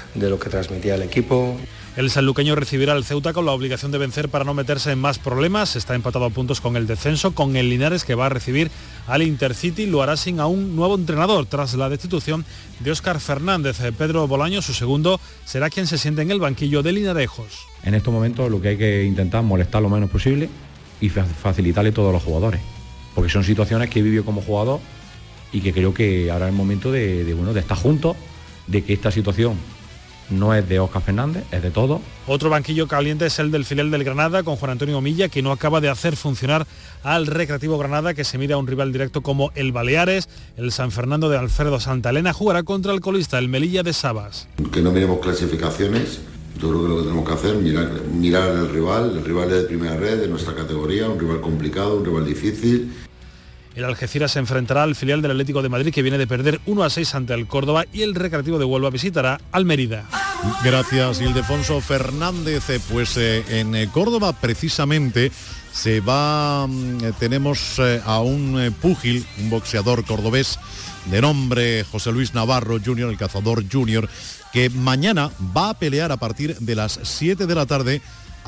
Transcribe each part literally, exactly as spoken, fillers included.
de lo que transmitía el equipo. El sanluqueño recibirá al Ceuta con la obligación de vencer para no meterse en más problemas. Está empatado a puntos con el descenso, con el Linares, que va a recibir al Intercity. Lo hará sin a un nuevo entrenador tras la destitución de Óscar Fernández. Pedro Bolaño, su segundo, será quien se siente en el banquillo de Linarejos. En estos momentos lo que hay que intentar es molestar lo menos posible y facilitarle todo a los jugadores, porque son situaciones que he vivido como jugador y que creo que ahora es el momento de, de, bueno, de estar juntos, de que esta situación no es de Óscar Fernández, es de todos. Otro banquillo caliente es el del filial del Granada, con Juan Antonio Milla, que no acaba de hacer funcionar al Recreativo Granada, que se mide a un rival directo como el Baleares. El San Fernando de Alfredo Santa Elena jugará contra el colista, el Melilla de Sabas. Que no miremos clasificaciones, yo creo que lo que tenemos que hacer es mirar, mirar al rival, el rival es de primera red, de nuestra categoría, un rival complicado, un rival difícil. El Algeciras se enfrentará al filial del Atlético de Madrid, que viene de perder uno a seis ante el Córdoba, y el Recreativo de Huelva visitará al Mérida. Gracias, Ildefonso Fernández. Pues eh, en eh, Córdoba precisamente se va, eh, tenemos eh, a un eh, púgil, un boxeador cordobés de nombre José Luis Navarro junior, el Cazador junior, que mañana va a pelear a partir de las siete de la tarde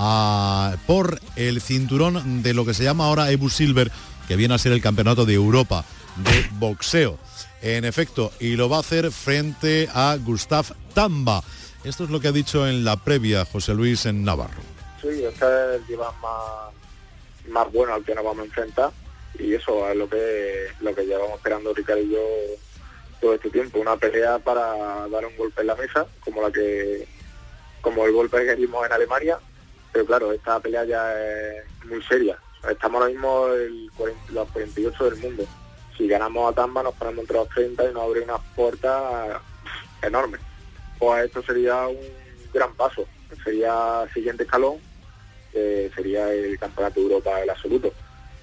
a, por el cinturón de lo que se llama ahora Ebu Silver, que viene a ser el campeonato de Europa de boxeo. En efecto, y lo va a hacer frente a Gustav Tamba. Esto es lo que ha dicho en la previa José Luis en Navarro. Sí, este es el rival más, más bueno al que nos vamos a enfrentar, y eso es lo que lo que llevamos esperando Ricardo y yo todo este tiempo, una pelea para dar un golpe en la mesa, como la que como el golpe que dimos en Alemania, pero claro, esta pelea ya es muy seria. Estamos ahora mismo el cuarenta, los cuarenta y ocho del mundo. Si ganamos a Tamba nos ponemos entre los treinta y nos abre unas puertas enormes. Pues esto sería un gran paso, sería el siguiente escalón, eh, sería el campeonato de Europa del absoluto.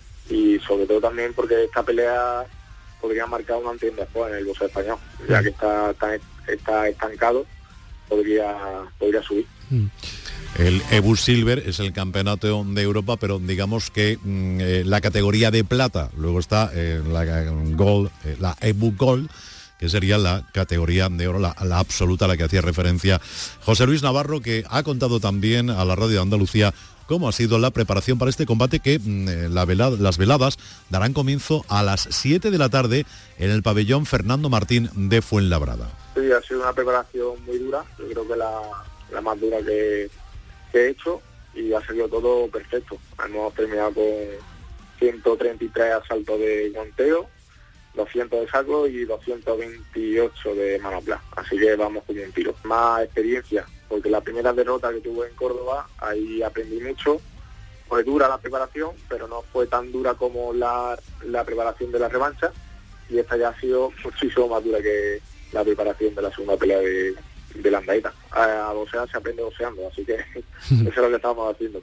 Y sobre todo también porque esta pelea podría marcar un antes y un después en el boxeo español, ya que está, está, está estancado, podría, podría subir. Mm. El Ebu Silver es el campeonato de Europa, pero digamos que mm, eh, la categoría de plata, luego está eh, la Gold, eh, la Ebu Gold, que sería la categoría de oro, la, la absoluta a la que hacía referencia José Luis Navarro, que ha contado también a la Radio de Andalucía cómo ha sido la preparación para este combate, que mm, la velada, las veladas darán comienzo a las siete de la tarde en el pabellón Fernando Martín de Fuenlabrada. Sí, ha sido una preparación muy dura, yo creo que la, la más dura que, que he hecho, y ha salido todo perfecto. Hemos terminado con ciento treinta y tres asaltos de guanteo, doscientos de saco y doscientos veintiocho de manopla, así que vamos con un tiro. Más experiencia, porque la primera derrota que tuve en Córdoba, ahí aprendí mucho. Fue dura la preparación, pero no fue tan dura como la, la preparación de la revancha, y esta ya ha sido muchísimo más dura que la preparación de la segunda pelea de, de la andaíta. A, a boxear se aprende boxeando, así que eso es lo que estamos haciendo.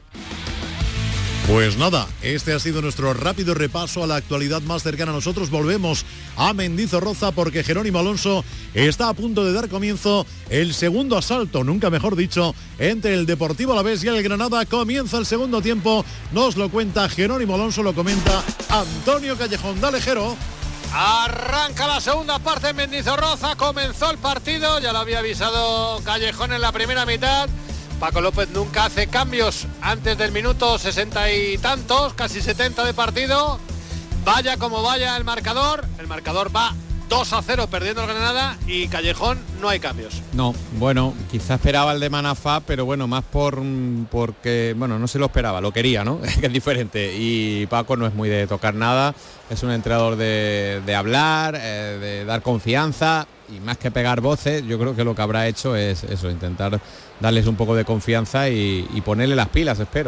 Pues nada, este ha sido nuestro rápido repaso a la actualidad más cercana a nosotros. Volvemos a Mendizorroza porque Jerónimo Alonso está a punto de dar comienzo el segundo asalto, nunca mejor dicho, entre el Deportivo Alavés y el Granada. Comienza el segundo tiempo, nos lo cuenta Jerónimo Alonso, lo comenta Antonio Callejón. Dale, Jero. Arranca la segunda parte en Mendizorroza, comenzó el partido, ya lo había avisado Callejón en la primera mitad. Paco López nunca hace cambios antes del minuto sesenta y tantos, casi setenta de partido. Vaya como vaya el marcador, el marcador va dos a cero perdiendo el Granada, y Callejón no hay cambios. No, bueno, quizá esperaba el de Manafá, pero bueno, más por porque, bueno, no se lo esperaba, lo quería, ¿no? Que es diferente, y Paco no es muy de tocar nada, es un entrenador de, de hablar, eh, de dar confianza, y más que pegar voces, yo creo que lo que habrá hecho es eso, intentar darles un poco de confianza y, y ponerle las pilas, espero.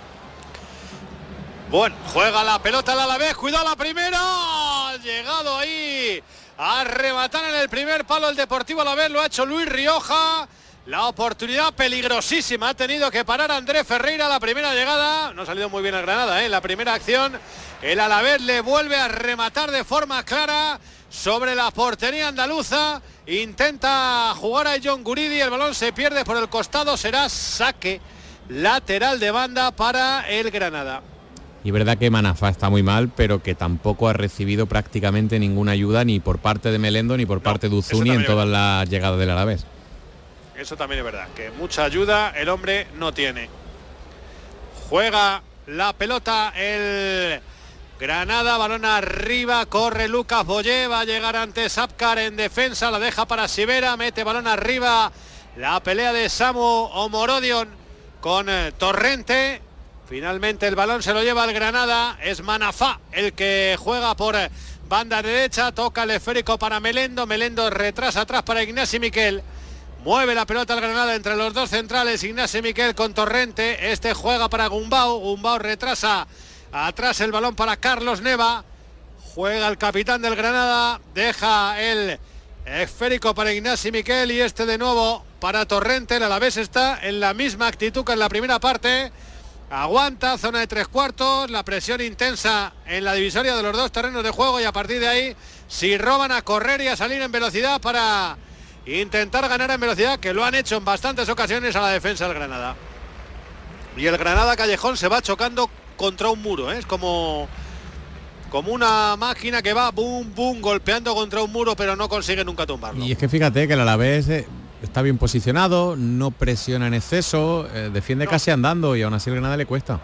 Bueno, juega la pelota al Alavés, cuidado la primera, ha llegado ahí a rematar en el primer palo el Deportivo Alavés, lo ha hecho Luis Rioja, la oportunidad peligrosísima, ha tenido que parar Andrés Ferreira, la primera llegada, no ha salido muy bien el Granada, ¿eh? La primera acción, el Alavés le vuelve a rematar de forma clara sobre la portería andaluza, intenta jugar a John Guridi, el balón se pierde por el costado, será saque lateral de banda para el Granada. Y verdad que Manafá está muy mal, pero que tampoco ha recibido prácticamente ninguna ayuda ni por parte de Melendo ni por parte no, de Uzuni en todas las llegadas del Alavés. Eso también es verdad, que mucha ayuda el hombre no tiene. Juega la pelota el Granada, balón arriba, corre Lucas Boyé, va a llegar ante Sapcar en defensa, la deja para Sivera, mete balón arriba, la pelea de Samu Omorodion con eh, Torrente. Finalmente el balón se lo lleva el Granada, es Manafá el que juega por eh, banda derecha, toca el esférico para Melendo, Melendo retrasa atrás para Ignasi Miquel. Mueve la pelota al Granada entre los dos centrales, Ignasi Miquel con Torrente, este juega para Gumbau, Gumbau retrasa atrás el balón para Carlos Neva, juega el capitán del Granada, deja el esférico para Ignasi Miquel y este de nuevo para Torrente. El Alavés está en la misma actitud que en la primera parte, aguanta, zona de tres cuartos, la presión intensa en la divisoria de los dos terrenos de juego y a partir de ahí, si roban, a correr y a salir en velocidad para intentar ganar en velocidad, que lo han hecho en bastantes ocasiones a la defensa del Granada. Y el Granada Callejón se va chocando contra un muro, ¿eh? Es como como una máquina que va boom boom golpeando contra un muro, pero no consigue nunca tumbarlo. Y es que fíjate que el Alavés eh, está bien posicionado, no presiona en exceso, eh, defiende no. casi andando y aún así el Granada le cuesta.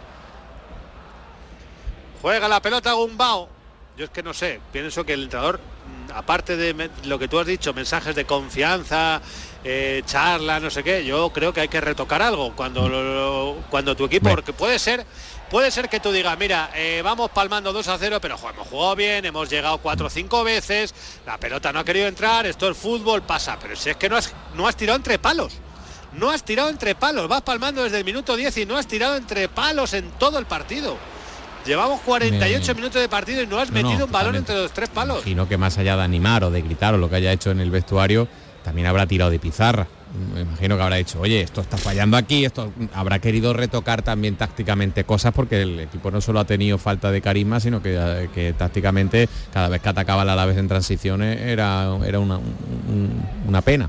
Juega la pelota Gumbau. Yo es que no sé, pienso que el entrenador, aparte de lo que tú has dicho, mensajes de confianza, eh, charla, no sé qué, yo creo que hay que retocar algo cuando lo, lo, cuando tu equipo, porque puede ser puede ser que tú digas, mira, eh, vamos palmando dos a cero, pero jo, hemos jugado bien, hemos llegado cuatro o cinco veces, la pelota no ha querido entrar, esto es fútbol, pasa, pero si es que no has, no has tirado entre palos, no has tirado entre palos, vas palmando desde el minuto diez y no has tirado entre palos en todo el partido. Llevamos cuarenta y ocho Me... minutos de partido y no has no, metido no, un balón entre los tres palos. Imagino que más allá de animar o de gritar o lo que haya hecho en el vestuario, también habrá tirado de pizarra. Me imagino que habrá dicho, oye, esto está fallando aquí, esto habrá querido retocar también tácticamente cosas, porque el equipo no solo ha tenido falta de carisma, sino que, que tácticamente cada vez que atacaba la Alavés en transiciones era, era una, un, una pena.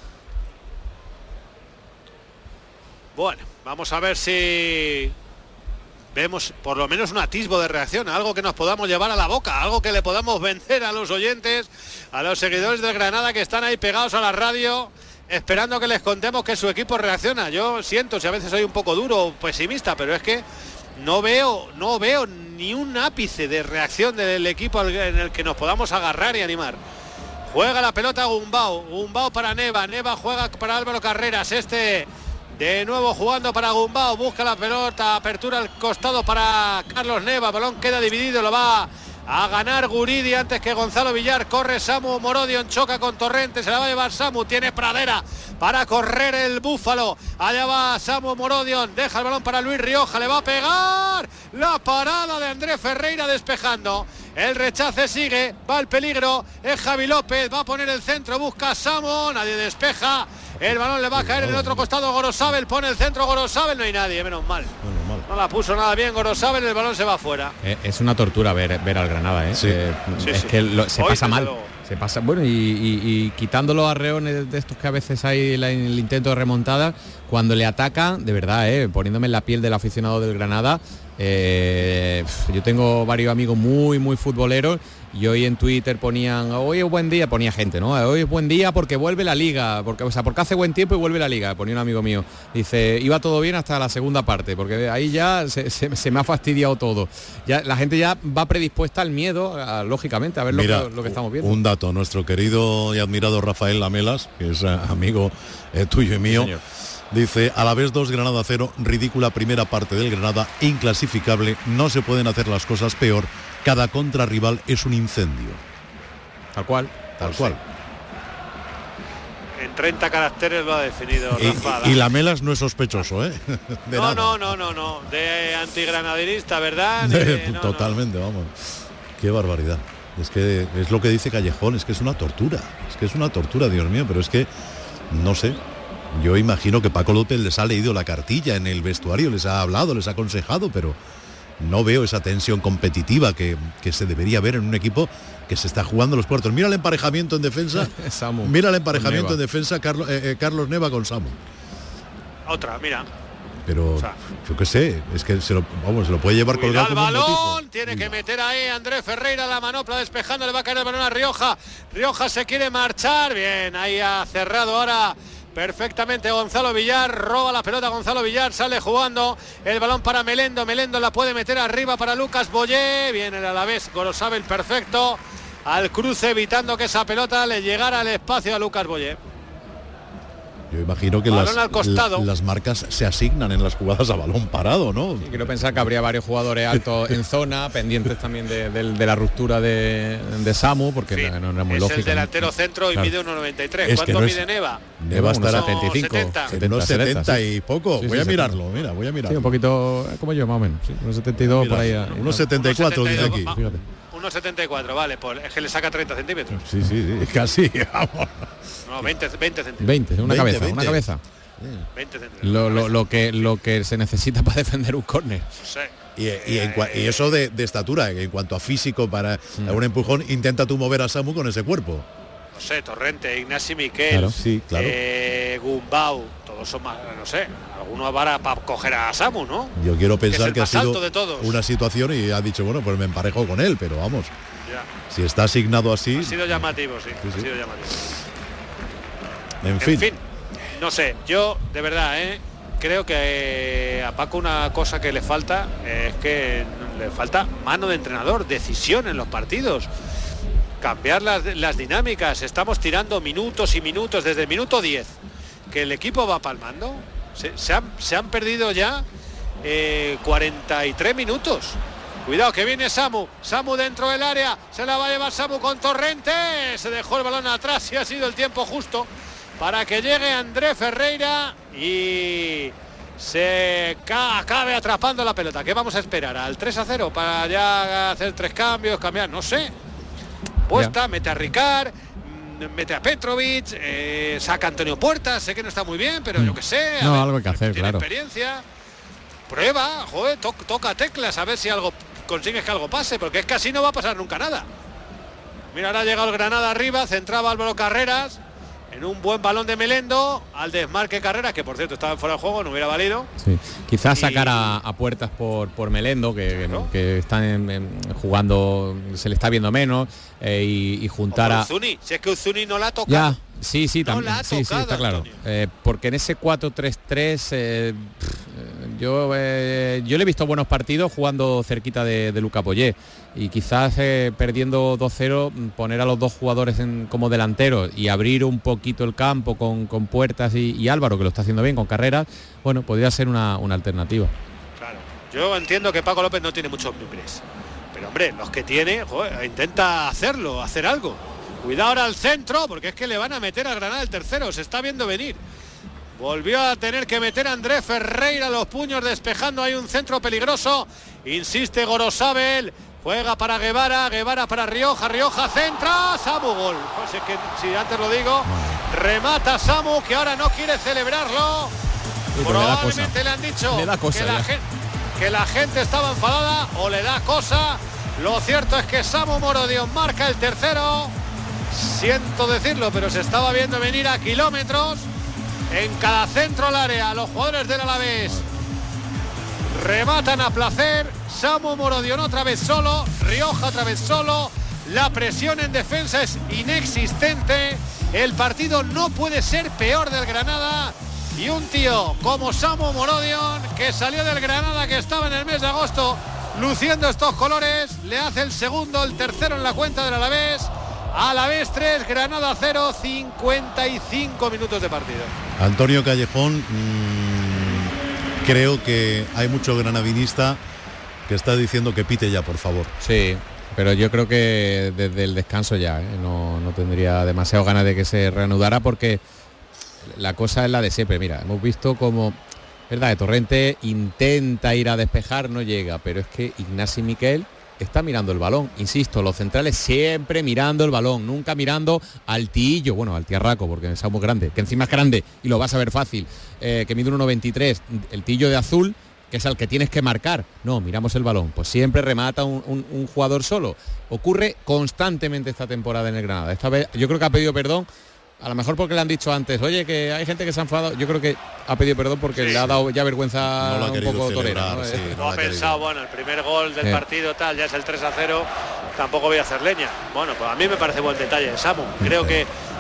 Bueno, vamos a ver si vemos por lo menos un atisbo de reacción, algo que nos podamos llevar a la boca, algo que le podamos vender a los oyentes, a los seguidores del Granada que están ahí pegados a la radio, esperando que les contemos que su equipo reacciona. Yo siento si a veces soy un poco duro o pesimista, pero es que no veo, no veo ni un ápice de reacción del equipo en el que nos podamos agarrar y animar. Juega la pelota Gumbau, Gumbau para Neva, Neva juega para Álvaro Carreras, este de nuevo jugando para Gumbau, busca la pelota, apertura al costado para Carlos Neva, balón queda dividido, lo va a ganar Guridi antes que Gonzalo Villar, corre Samu Morodion, choca con Torrente, se la va a llevar Samu, tiene pradera para correr el Búfalo, allá va Samu Morodion, deja el balón para Luis Rioja, le va a pegar la parada de Andrés Ferreira despejando, el rechace sigue, va el peligro, es Javi López, va a poner el centro, busca Samu, nadie despeja, el balón le va a caer en el otro costado, Gorosabel pone el centro, Gorosabel, no hay nadie, menos mal. No la puso nada bien Gorosabel, el balón se va afuera. Eh, es una tortura ver, ver al Granada, ¿eh? Sí. Eh, sí, es sí. que lo, se Hoy pasa mal. luego. Se pasa, bueno, y, y, y quitando los arreones de estos que a veces hay en el intento de remontada, cuando le atacan, de verdad, eh, poniéndome en la piel del aficionado del Granada, eh, yo tengo varios amigos muy, muy futboleros. Y hoy en Twitter ponían, hoy es buen día, ponía gente, ¿no? Hoy es buen día porque vuelve la liga, porque, o sea, porque hace buen tiempo y vuelve la liga, ponía un amigo mío. Dice, iba todo bien hasta la segunda parte, porque ahí ya se, se, se me ha fastidiado todo. Ya la gente ya va predispuesta al miedo, a, lógicamente, a ver Mira, lo, que, lo que estamos viendo. Un dato, nuestro querido y admirado Rafael Lamelas, que es amigo eh, tuyo y mío, sí, dice, Alavés dos, Granada cero, ridícula primera parte del Granada, inclasificable, no se pueden hacer las cosas peor. Cada contrarrival es un incendio. Tal cual. Tal pues cual. Sí. En treinta caracteres lo ha definido Rafa. Y, y Lamelas no es sospechoso, ¿eh? De no, nada. no, no, no, no. De antigranaderista, ¿verdad? De, de, no, totalmente, no. Vamos. Qué barbaridad. Es que es lo que dice Callejón, es que es una tortura. Es que es una tortura, Dios mío, pero es que, no sé. Yo imagino que Paco López les ha leído la cartilla en el vestuario, les ha hablado, les ha aconsejado, pero no veo esa tensión competitiva que, que se debería ver en un equipo que se está jugando los cuartos. Mira el emparejamiento en defensa. Samu, mira el emparejamiento en defensa, Carlos, eh, eh, Carlos Neva con Samu. Otra, mira. Pero, o sea, yo qué sé, es que se lo, vamos, se lo puede llevar colgado el balón, tiene que meter ahí Andrés Ferreira, la manopla despejando, le va a caer el balón a Rioja. Rioja se quiere marchar, bien, ahí ha cerrado ahora perfectamente Gonzalo Villar, roba la pelota Gonzalo Villar, sale jugando el balón para Melendo, Melendo la puede meter arriba para Lucas Boyé, viene el Alavés, Gorosabel perfecto al cruce, evitando que esa pelota le llegara al espacio a Lucas Boyé. Yo imagino que las, la, las marcas se asignan en las jugadas a balón parado, ¿no? Sí, quiero pensar que habría varios jugadores altos en zona, pendientes también de, de, de la ruptura de, de Samu, porque sí, no, no es muy es lógico. Es el delantero centro y claro. mide uno noventa y tres. Es ¿Cuánto no mide Neva? Neva estará a setenta y cinco. Unos setenta y poco. Sí, voy sí, a mirarlo, setenta. Mira, voy a mirarlo. Sí, un poquito como yo, más o menos. Sí, unos setenta y dos por ahí. Unos setenta y cuatro dice aquí. Fíjate. uno setenta y cuatro, vale, pues es que le saca treinta centímetros. Sí, sí, sí, casi, vamos. No, veinte, veinte centímetros. veinte, una veinte, cabeza, veinte. una cabeza. veinte centímetros. Lo, lo, lo, que, lo que se necesita para defender un córner. No sé. Y, y, en, y eso de, de estatura, en cuanto a físico, para mm. un empujón, intenta tú mover a Samu con ese cuerpo. No sé, Torrente, Ignasi Miquel, claro, sí, claro. eh, Gumbau, todos son más, no sé, algunos para pa coger a Samu, ¿no? Yo quiero pensar que, que ha sido de una situación y ha dicho, bueno, pues me emparejo con él, pero vamos, ya. Si está asignado así... Ha sido llamativo, sí, sí, sí. ha sido llamativo. En fin. En fin, no sé, yo de verdad, ¿eh? creo que a Paco una cosa que le falta es que le falta mano de entrenador, decisión en los partidos, cambiar las, las dinámicas. Estamos tirando minutos y minutos desde el minuto diez que el equipo va palmando. Se, se, han, se han perdido ya eh, cuarenta y tres minutos. Cuidado que viene Samu, Samu dentro del área, se la va a llevar Samu con Torrente, se dejó el balón atrás y ha sido el tiempo justo para que llegue André Ferreira y se acabe atrapando la pelota. ¿Qué vamos a esperar? ¿Al tres a cero para ya hacer tres cambios, cambiar? No sé. Puesta, mete a Ricard, mete a Petrovic, eh, saca a Antonio Puertas, sé que no está muy bien, pero mm. yo que sé. No, ver, algo hay que hacer, tiene claro. experiencia. Prueba, joder, to toca teclas, a ver si algo consigues que algo pase, porque es que así no va a pasar nunca nada. Mira, ahora ha llegado el Granada arriba, centraba Álvaro Carreras en un buen balón de Melendo al desmarque Carreras, que por cierto estaba fuera de juego, no hubiera valido. Sí. Quizás y... sacar a, a Puertas por, por Melendo, que, ¿no? que, que están en, en, jugando, se le está viendo menos, eh, y, y juntar a Uzuni, si es que Uzuni no la ha tocado. Ya. Sí, sí, no también. Sí, sí, está claro. Eh, porque en ese cuatro tres tres eh, yo eh, yo le he visto buenos partidos jugando cerquita de, de Lucas Boyé, y quizás eh, perdiendo dos cero poner a los dos jugadores en, como delanteros y abrir un poquito el campo con, con Puertas y, y Álvaro, que lo está haciendo bien con Carreras, bueno, podría ser una, una alternativa. Claro, yo entiendo que Paco López no tiene muchos nombres, pero hombre, los que tiene, joder, intenta hacerlo, hacer algo. Cuidado ahora al centro, porque es que le van a meter a Granada el tercero, se está viendo venir. Volvió a tener que meter a André Ferreira los puños despejando, hay un centro peligroso. Insiste Gorosabel, juega para Guevara, Guevara para Rioja, Rioja centra, Samu gol. Pues es que si antes lo digo, remata Samu, que ahora no quiere celebrarlo. Sí, probablemente le, le han dicho le da cosa, que, la gente, que la gente estaba enfadada o le da cosa. Lo cierto es que Samu Morodion marca el tercero. Siento decirlo, pero se estaba viendo venir a kilómetros. En cada centro al área, los jugadores del Alavés rematan a placer. Samu Morodion otra vez solo, Rioja otra vez solo. La presión en defensa es inexistente. El partido no puede ser peor del Granada. Y un tío como Samu Morodion, que salió del Granada, que estaba en el mes de agosto luciendo estos colores, le hace el segundo, el tercero en la cuenta del Alavés. Alavés tres, Granada cero, cincuenta y cinco minutos de partido. Antonio Callejón, mmm, creo que hay mucho granadinista que está diciendo que pite ya, por favor. Sí, pero yo creo que desde el descanso ya, ¿eh? no, no tendría demasiado ganas de que se reanudara, porque la cosa es la de siempre. Mira, hemos visto como, verdad, que Torrente intenta ir a despejar, no llega, pero es que Ignasi Miquel está mirando el balón, insisto, los centrales siempre mirando el balón, nunca mirando al Tillo, bueno, al Tiarraco, porque es muy grande, que encima es grande y lo vas a ver fácil, eh, que mide uno noventa y tres, el Tillo de azul, que es al que tienes que marcar. No, miramos el balón, pues siempre remata un, un, un jugador solo. Ocurre constantemente esta temporada en el Granada. Esta vez yo creo que ha pedido perdón, a lo mejor porque le han dicho antes, oye, que hay gente que se ha enfadado. Yo creo que ha pedido perdón porque sí, le ha dado ya vergüenza, no un poco torera, ¿no? Sí, no, no ha pensado, bueno, el primer gol del sí. partido tal, ya es el tres a cero, tampoco voy a hacer leña. Bueno, pues a mí me parece buen detalle, Samu. Creo que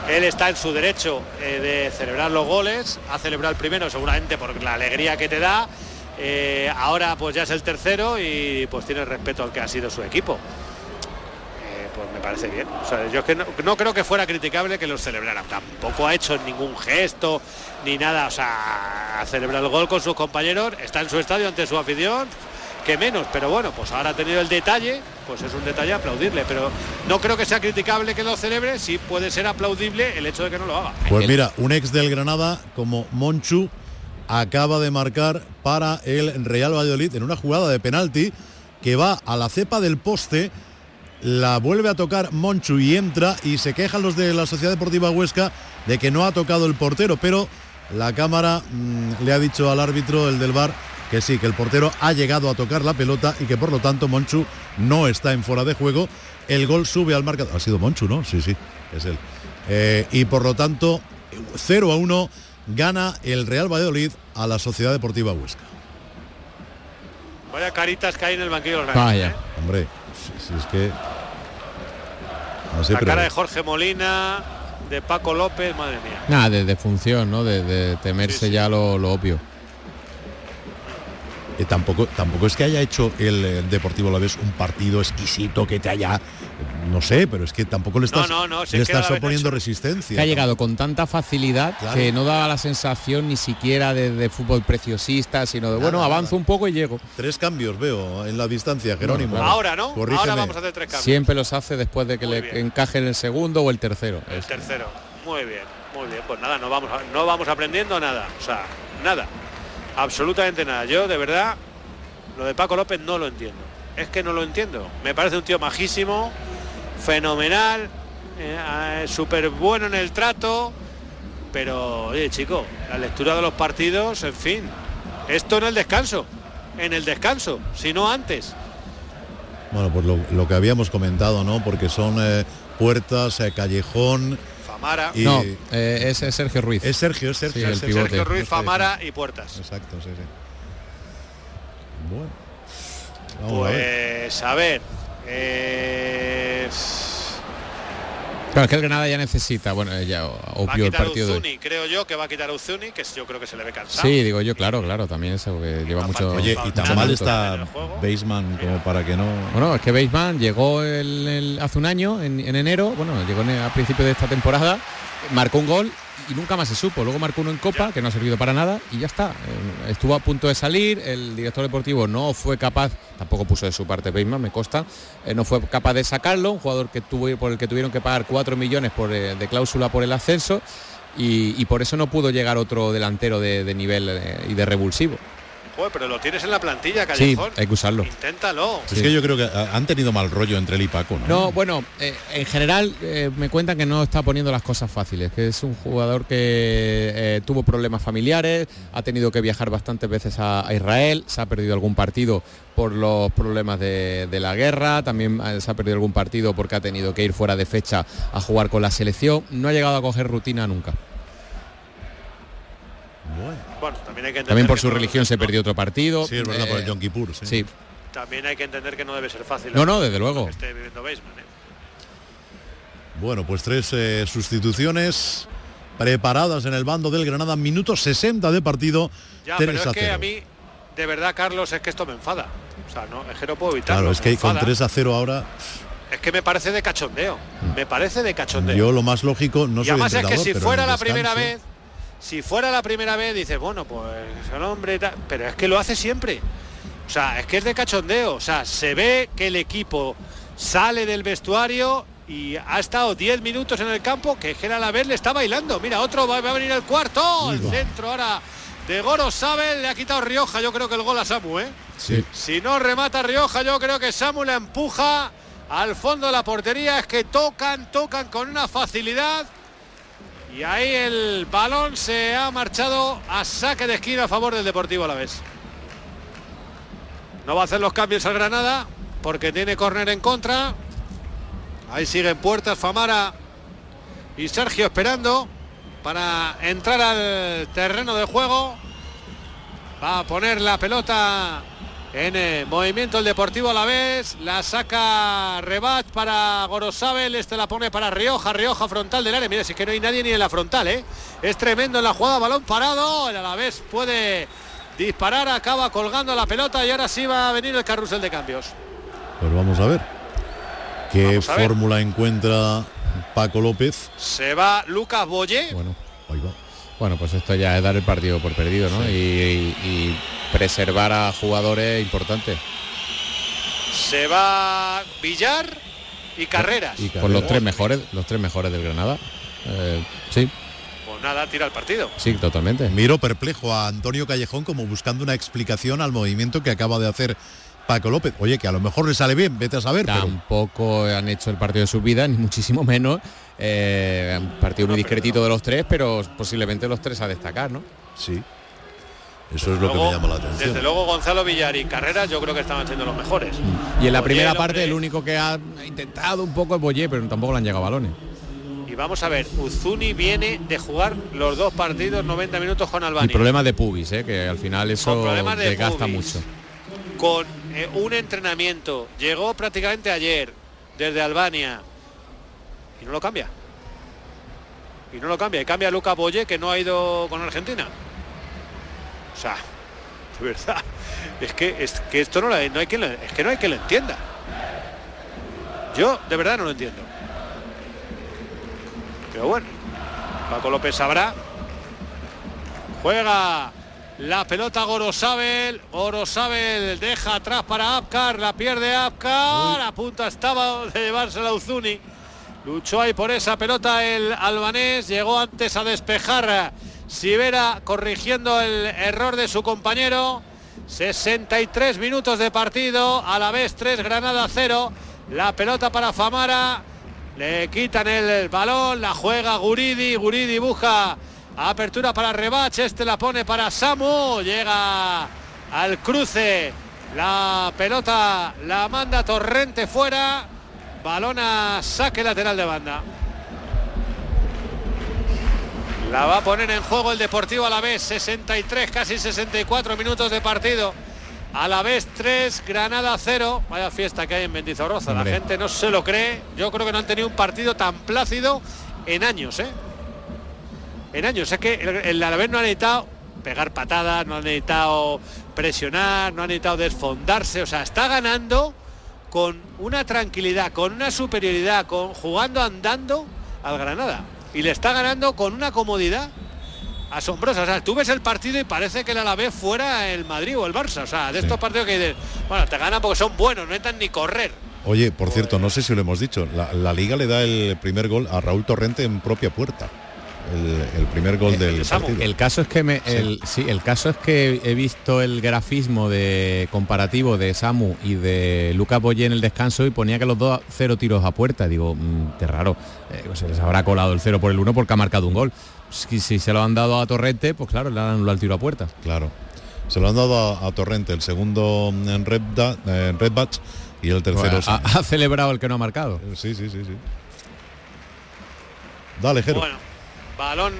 él está en su derecho eh, de celebrar los goles, ha celebrado el primero seguramente por la alegría que te da, eh, ahora pues ya es el tercero y pues tiene respeto al que ha sido su equipo. Eh, pues me parece bien. O sea, yo es que no, no creo que fuera criticable que los celebrara, tampoco ha hecho ningún gesto ni nada, o sea, ha celebrado el gol con sus compañeros, está en su estadio ante su afición, que menos, pero bueno, pues ahora ha tenido el detalle, pues es un detalle aplaudirle, pero no creo que sea criticable que lo celebre, sí puede ser aplaudible el hecho de que no lo haga. Pues mira, un ex del Granada como Monchu acaba de marcar para el Real Valladolid en una jugada de penalti que va a la cepa del poste, la vuelve a tocar Monchu y entra, y se quejan los de la Sociedad Deportiva Huesca de que no ha tocado el portero, pero la cámara mmm, le ha dicho al árbitro, el del V A R, que sí, que el portero ha llegado a tocar la pelota y que por lo tanto Monchu no está en fuera de juego. El gol sube al marcador. Ha sido Monchu, ¿no? Sí, sí, es él. Eh, y por lo tanto, cero a uno gana el Real Valladolid a la Sociedad Deportiva Huesca. Vaya caritas que hay en el banquillo del Real. Vaya. ¿eh? Hombre, si, si es que... No sé, la pero... cara de Jorge Molina, de Paco López, madre mía. Nada, de, de función, ¿no? De, de temerse sí, sí. ya lo, lo obvio. Eh, tampoco, tampoco es que haya hecho el, el Deportivo Alavés un partido exquisito que te haya, no sé, pero es que tampoco le estás, no, no, no, si le es que estás no oponiendo hecho. resistencia. Que ha llegado con tanta facilidad, claro, que no daba la sensación ni siquiera de, de fútbol preciosista, sino de, nada, bueno, avanzo nada. un poco y llego. Tres cambios veo en la distancia, Jerónimo. No, claro. Ahora, ¿no? Corrígeme. Ahora vamos a hacer tres cambios. Siempre los hace después de que muy le bien. encaje en el segundo o el tercero. El es. tercero, muy bien, muy bien. Pues nada, no vamos, a, no vamos aprendiendo nada, o sea, nada, absolutamente nada. Yo, de verdad, lo de Paco López no lo entiendo. Es que no lo entiendo. Me parece un tío majísimo, fenomenal, eh, súper bueno en el trato, pero oye, chico, la lectura de los partidos, en fin, esto en el descanso, en el descanso, si no antes. Bueno, pues lo, lo que habíamos comentado, ¿no? Porque son eh, Puertas, eh, Callejón. Famara. Y... No, eh, es, es Sergio Ruiz. Es Sergio, es Sergio. Sí, es el Sergio, Sergio Ruiz, Famara y Puertas. Exacto, sí, sí. Bueno. Vamos pues a ver. A ver eh... Claro, es que el Granada ya necesita, bueno, ya obvio el partido a Uzuni, de... creo yo que va a quitar a Uzuni, que yo creo que se le ve cansado. Sí, digo yo, claro, claro, también eso, que lleva mucho... Oye, y tan mal está Baseman como para que no... Bueno, es que Baseman llegó el, el, hace un año, en, en enero, bueno, llegó en, a principio de esta temporada, marcó un gol y nunca más se supo. Luego marcó uno en Copa, ya, que no ha servido para nada, y ya está. Eh, estuvo a punto de salir, el director deportivo no fue capaz, tampoco puso de su parte Baseman, me consta, eh, no fue capaz de sacarlo, un jugador que tuvo, por el que tuvieron que pagar cuatro millones por, eh, de cláusula por el ascenso, y, y por eso no pudo llegar otro delantero de, de nivel eh, y de revulsivo. Joder, pero lo tienes en la plantilla, Callejón. Sí, hay que usarlo. Inténtalo. Es sí. que yo creo que han tenido mal rollo entre él y Paco, ¿no? No, bueno, eh, en general eh, me cuentan que no está poniendo las cosas fáciles, que es un jugador que eh, tuvo problemas familiares, ha tenido que viajar bastantes veces a, a Israel, se ha perdido algún partido por los problemas de, de la guerra, también se ha perdido algún partido porque ha tenido que ir fuera de fecha a jugar con la selección, no ha llegado a coger rutina nunca. Bueno. Bueno, también, hay que también por su no, religión se no, perdió otro partido. Sí, es verdad, eh, por el Yom Kippur. Sí. sí. También hay que entender que no debe ser fácil. No, no, desde luego. Que esté viviendo Baseman, ¿eh? Bueno, pues tres eh, sustituciones preparadas en el bando del Granada, minuto sesenta de partido. Ya, pero es que a mí, de verdad, Carlos, es que esto me enfada. O sea, no, es que no puedo evitarlo. Claro, es que con tres a cero ahora... Es que me parece de cachondeo. Me parece de cachondeo. Yo lo más lógico, no y soy además es que si fuera la descanso, primera vez, si fuera la primera vez, dices, bueno, pues el hombre, pero es que lo hace siempre. O sea, es que es de cachondeo. O sea, se ve que el equipo sale del vestuario y ha estado diez minutos en el campo, que el Alavés le está bailando. Mira, otro va, va a venir el cuarto. El centro ahora de Goro Sabel, le ha quitado Rioja, yo creo que el gol a Samu, ¿eh? Sí. Si no remata Rioja, yo creo que Samu la empuja al fondo de la portería. Es que tocan, tocan con una facilidad. Y ahí el balón se ha marchado a saque de esquina a favor del Deportivo Alavés. No va a hacer los cambios al Granada porque tiene córner en contra. Ahí siguen Puertas, Famara y Sergio esperando para entrar al terreno de juego. Va a poner la pelota en eh, movimiento el Deportivo Alavés. La saca Rebat para Gorosabel. Este la pone para Rioja. Rioja frontal del área. Mira, si es que no hay nadie ni en la frontal, ¿eh? Es tremendo en la jugada. Balón parado. El Alavés puede disparar. Acaba colgando la pelota y ahora sí va a venir el carrusel de cambios. Pues vamos a ver qué fórmula encuentra Paco López. Se va Lucas Boyé. Bueno, ahí va. Bueno, pues esto ya es dar el partido por perdido, ¿no? Sí. Y, y, y preservar a jugadores importantes. Se va Villar y Carreras. Y Carreras. Por los tres mejores, los tres mejores del Granada. Eh, sí. Pues nada, tira el partido. Sí, totalmente. Miro perplejo a Antonio Callejón como buscando una explicación al movimiento que acaba de hacer Paco López. Oye, que a lo mejor le sale bien, vete a saber. Tampoco pero... han hecho el partido de sus vidas, ni muchísimo menos. Eh, un partido muy discretito de los tres, pero posiblemente los tres a destacar, ¿no? Sí. Eso es lo luego, que me llama la atención. Desde luego Gonzalo Villar y Carreras yo creo que estaban siendo los mejores. Y en la Boyé, primera parte el único que ha intentado un poco es Boyé, pero tampoco le han llegado balones. Y vamos a ver, Uzuni viene de jugar los dos partidos noventa minutos con Albania. Y problemas de pubis, ¿eh? Que al final eso desgasta mucho. Con eh, un entrenamiento, llegó prácticamente ayer desde Albania y no lo cambia. Y no lo cambia, y cambia a Lucas Boyé, que no ha ido con Argentina. O sea, de verdad, es que, es que esto no, la, no hay quien lo, es que no hay quien lo entienda. Yo de verdad no lo entiendo. Pero bueno, Paco López sabrá. Juega la pelota Gorosabel. Gorosabel deja atrás para Abkar. La pierde Abkar. Uy. A punto estaba de llevársela a Uzuni. Luchó ahí por esa pelota el albanés. Llegó antes a despejar Sivera, corrigiendo el error de su compañero. sesenta y tres minutos de partido. Alavés tres, Granada cero. La pelota para Famara. Le quitan el balón. La juega Guridi. Guridi busca apertura para Rebach. Este la pone para Samu. Llega al cruce. La pelota la manda Torrente fuera. Balón a saque lateral de banda. La va a poner en juego el Deportivo Alavés. sesenta y tres, casi sesenta y cuatro minutos de partido. Alavés tres, Granada cero. Vaya fiesta que hay en Mendizorroza. La gente no se lo cree. Yo creo que no han tenido un partido tan plácido en años, ¿eh? En años. Es que el, el Alavés no ha necesitado pegar patadas, no ha necesitado presionar, no ha necesitado desfondarse. O sea, está ganando con una tranquilidad, con una superioridad, con jugando andando al Granada. Y le está ganando con una comodidad asombrosa. O sea, tú ves el partido y parece que el Alavés fuera el Madrid o el Barça. O sea, de sí. Estos partidos que dices, bueno, te ganan porque son buenos, no necesitan ni correr. Oye, por pues... cierto, no sé si lo hemos dicho, la, la Liga le da el primer gol a Raúl Torrente en propia puerta. El, el primer gol el, del el partido. El caso es que me, el, sí. sí, el caso es que he visto el grafismo de comparativo de Samu y de Lucas Boyé en el descanso y ponía que los dos cero tiros a puerta. Digo, mmm, qué raro. Eh, se les habrá colado el cero por el uno porque ha marcado un gol. Si, si se lo han dado a Torrente, pues claro, le han anulado el tiro a puerta. Claro. Se lo han dado a, a Torrente, el segundo en Redbatch eh, Red y el tercero. Bueno, ha, ha celebrado el que no ha marcado. Sí, sí, sí, sí. Dale, Jero. Bueno. Balón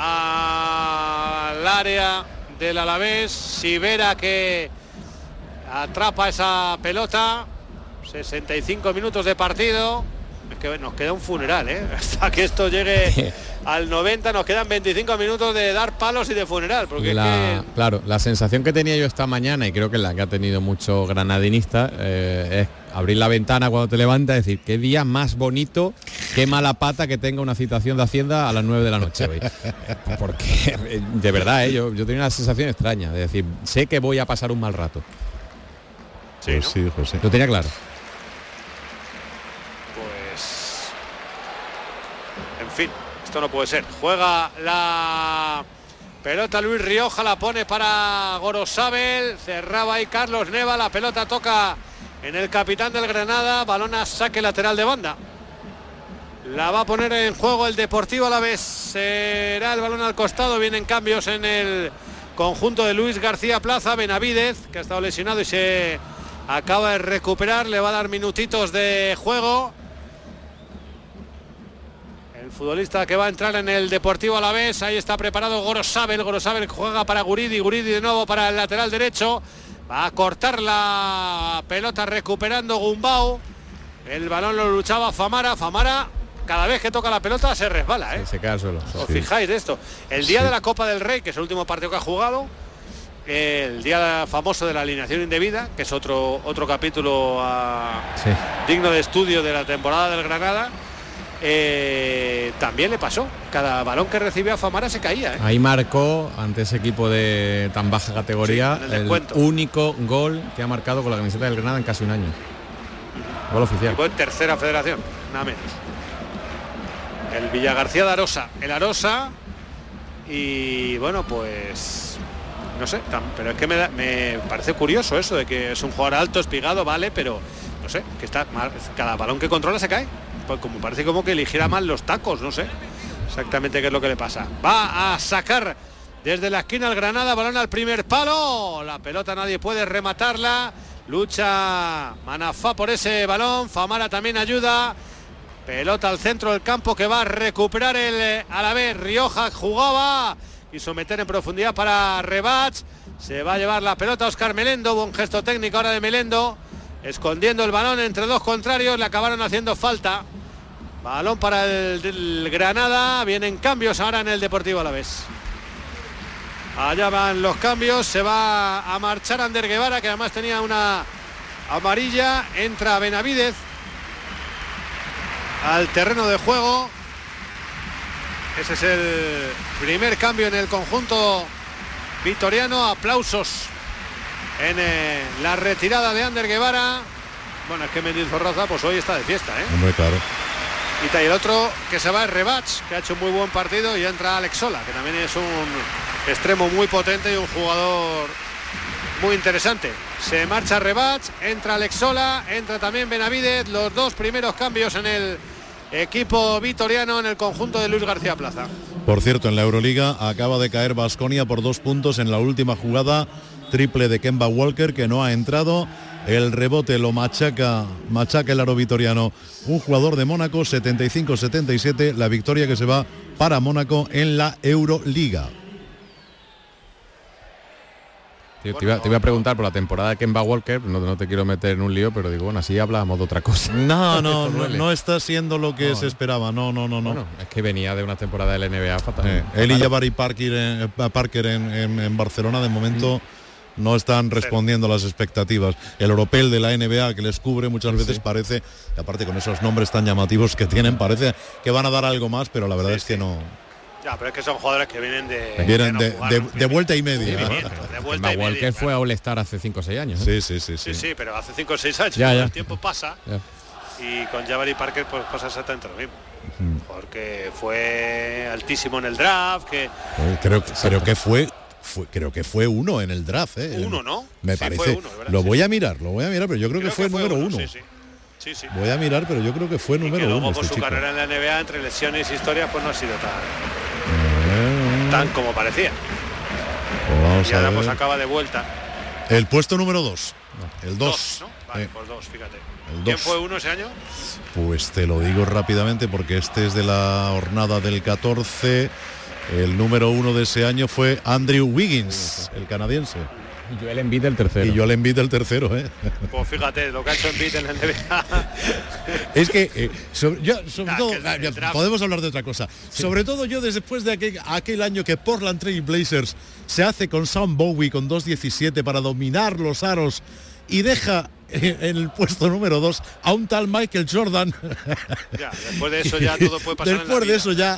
al área del Alavés. Sivera que atrapa esa pelota. sesenta y cinco minutos de partido. Es que nos queda un funeral, ¿eh? Hasta que esto llegue al noventa nos quedan veinticinco minutos de dar palos y de funeral. Porque la, es que... Claro, la sensación que tenía yo esta mañana, y creo que la que ha tenido mucho granadinista, eh, es abrir la ventana cuando te levantas y decir, qué día más bonito, qué mala pata que tenga una citación de Hacienda a las nueve de la noche hoy. Porque, de verdad, ¿eh? yo, yo tenía una sensación extraña, de decir, sé que voy a pasar un mal rato. Sí, pues ¿no? Sí, José. Lo tenía claro. Pues... En fin, esto no puede ser. Juega la pelota Luis Rioja, la pone para Gorosabel, cerraba ahí Carlos Neva, la pelota toca en el capitán del Granada, balón a saque lateral de banda. La va a poner en juego el Deportivo Alavés. Será el balón al costado, vienen cambios en el conjunto de Luis García Plaza. Benavídez, que ha estado lesionado y se acaba de recuperar, le va a dar minutitos de juego. El futbolista que va a entrar en el Deportivo Alavés, ahí está preparado Gorosabel. Gorosabel juega para Guridi, Guridi de nuevo para el lateral derecho. Va a cortar la pelota recuperando Gumbau. El balón lo luchaba Famara. Famara cada vez que toca la pelota se resbala, ¿eh? Sí, se cae al suelo. ¿Os Sí. fijáis de esto? El día Sí. de la Copa del Rey, que es el último partido que ha jugado, el día famoso de la alineación indebida, que es otro otro capítulo a, Sí. digno de estudio de la temporada del Granada, eh, también le pasó. Cada balón que recibía Famara se caía, ¿eh? Ahí marcó ante ese equipo de tan baja categoría Sí, en el el descuento. único gol que ha marcado con la camiseta del Granada en casi un año. Gol oficial. Fue en tercera federación, nada menos. El Villagarcía de Arosa, el Arosa, y bueno, pues no sé, tam- pero es que me, da- me parece curioso eso de que es un jugador alto, espigado, vale, pero no sé, que está mal, cada balón que controla se cae. Pues como parece como que eligiera mal los tacos, no sé exactamente qué es lo que le pasa. Va a sacar desde la esquina el Granada, balón al primer palo, la pelota nadie puede rematarla, lucha Manafá por ese balón, Famara también ayuda, pelota al centro del campo que va a recuperar el eh, Alavés. Rioja jugaba y someter en profundidad para Rebach, se va a llevar la pelota Óscar Melendo, buen gesto técnico ahora de Melendo, escondiendo el balón entre dos contrarios, le acabaron haciendo falta. Balón para el, el Granada, vienen cambios ahora en el Deportivo Alavés. Allá van los cambios, se va a marchar Ander Guevara, que además tenía una amarilla, entra Benavidez al terreno de juego. Ese es el primer cambio en el conjunto vitoriano. Aplausos en eh, la retirada de Ander Guevara. Bueno, es que Mendizorroza pues hoy está de fiesta, ¿eh? Hombre, claro. Y el otro que se va es Rebach, que ha hecho un muy buen partido, y entra Alex Sola, que también es un extremo muy potente y un jugador muy interesante. Se marcha Rebach, entra Alex Sola, entra también Benavidez, los dos primeros cambios en el equipo vitoriano, en el conjunto de Luis García Plaza. Por cierto, en la Euroliga acaba de caer Baskonia por dos puntos en la última jugada, triple de Kemba Walker, que no ha entrado. El rebote lo machaca, machaca el aro vitoriano, un jugador de Mónaco, setenta y cinco setenta y siete, la victoria que se va para Mónaco en la Euroliga. Tío, te, iba, te iba a preguntar por la temporada de Kemba Walker, no, no te quiero meter en un lío, pero digo, bueno, así hablábamos de otra cosa. No, no, Esto no, duele. no está siendo lo que No, se no. esperaba, no, no, no, no. Bueno, es que venía de una temporada de la N B A fatal. Eh, él y Fatal. Jabari Parker, en, Parker en, en- en Barcelona de momento no están respondiendo a las expectativas. El Europel de la N B A que les cubre muchas Sí, veces sí. parece, y aparte con esos nombres tan llamativos que tienen, parece que van a dar algo más, pero la verdad Sí, es que sí. no. Ya, pero es que son jugadores que vienen de... Vienen no de, jugar, de- ¿no? de vuelta y Sí, media. bien, ¿no? pero de Kemba vuelta y media, Walker fue claro. a All-Star hace cinco o seis años. ¿eh? Sí, sí, sí, Sí, sí. sí, pero hace cinco o seis años, Ya, ya. el tiempo pasa, Ya. y con Jabari Parker pues pasa exactamente lo mismo. Mm. Porque fue altísimo en el draft, que Pues creo, creo que fue, fue creo que fue uno en el draft, ¿eh? uno, ¿no? Me Sí, parece. fue uno, de verdad, lo sí, voy sí. a mirar, lo voy a mirar, pero yo creo, que fue, número uno. Sí, sí. Sí, sí. Voy a mirar, pero yo creo que fue Y que número luego uno. por este su chico. carrera en la N B A, entre lesiones y historias, pues no ha sido tan, Eh, tan como parecía. pues vamos Y a ahora ver. pues acaba de vuelta. El puesto número dos. El Dos, dos. ¿no? Vale, Eh, pues dos, fíjate. el ¿Quién dos. fue uno ese año? Pues te lo digo rápidamente porque este es de la jornada del catorce. El número uno de ese año fue Andrew Wiggins, el canadiense. Y Joel Embiid el tercero. Y Joel Embiid el tercero, ¿eh? Pues fíjate, lo que ha hecho Embiid en la N B A. Es que, eh, sobre, yo, sobre Ah, todo, que el- ah, el ya, draft- podemos hablar de otra cosa. Sobre todo yo después de aquel, aquel año que Portland Trail Blazers se hace con Sam Bowie con dos diecisiete para dominar los aros y deja eh, en el puesto número dos a un tal Michael Jordan. Ya, después de eso ya todo puede pasar en la Después de vida. eso ya.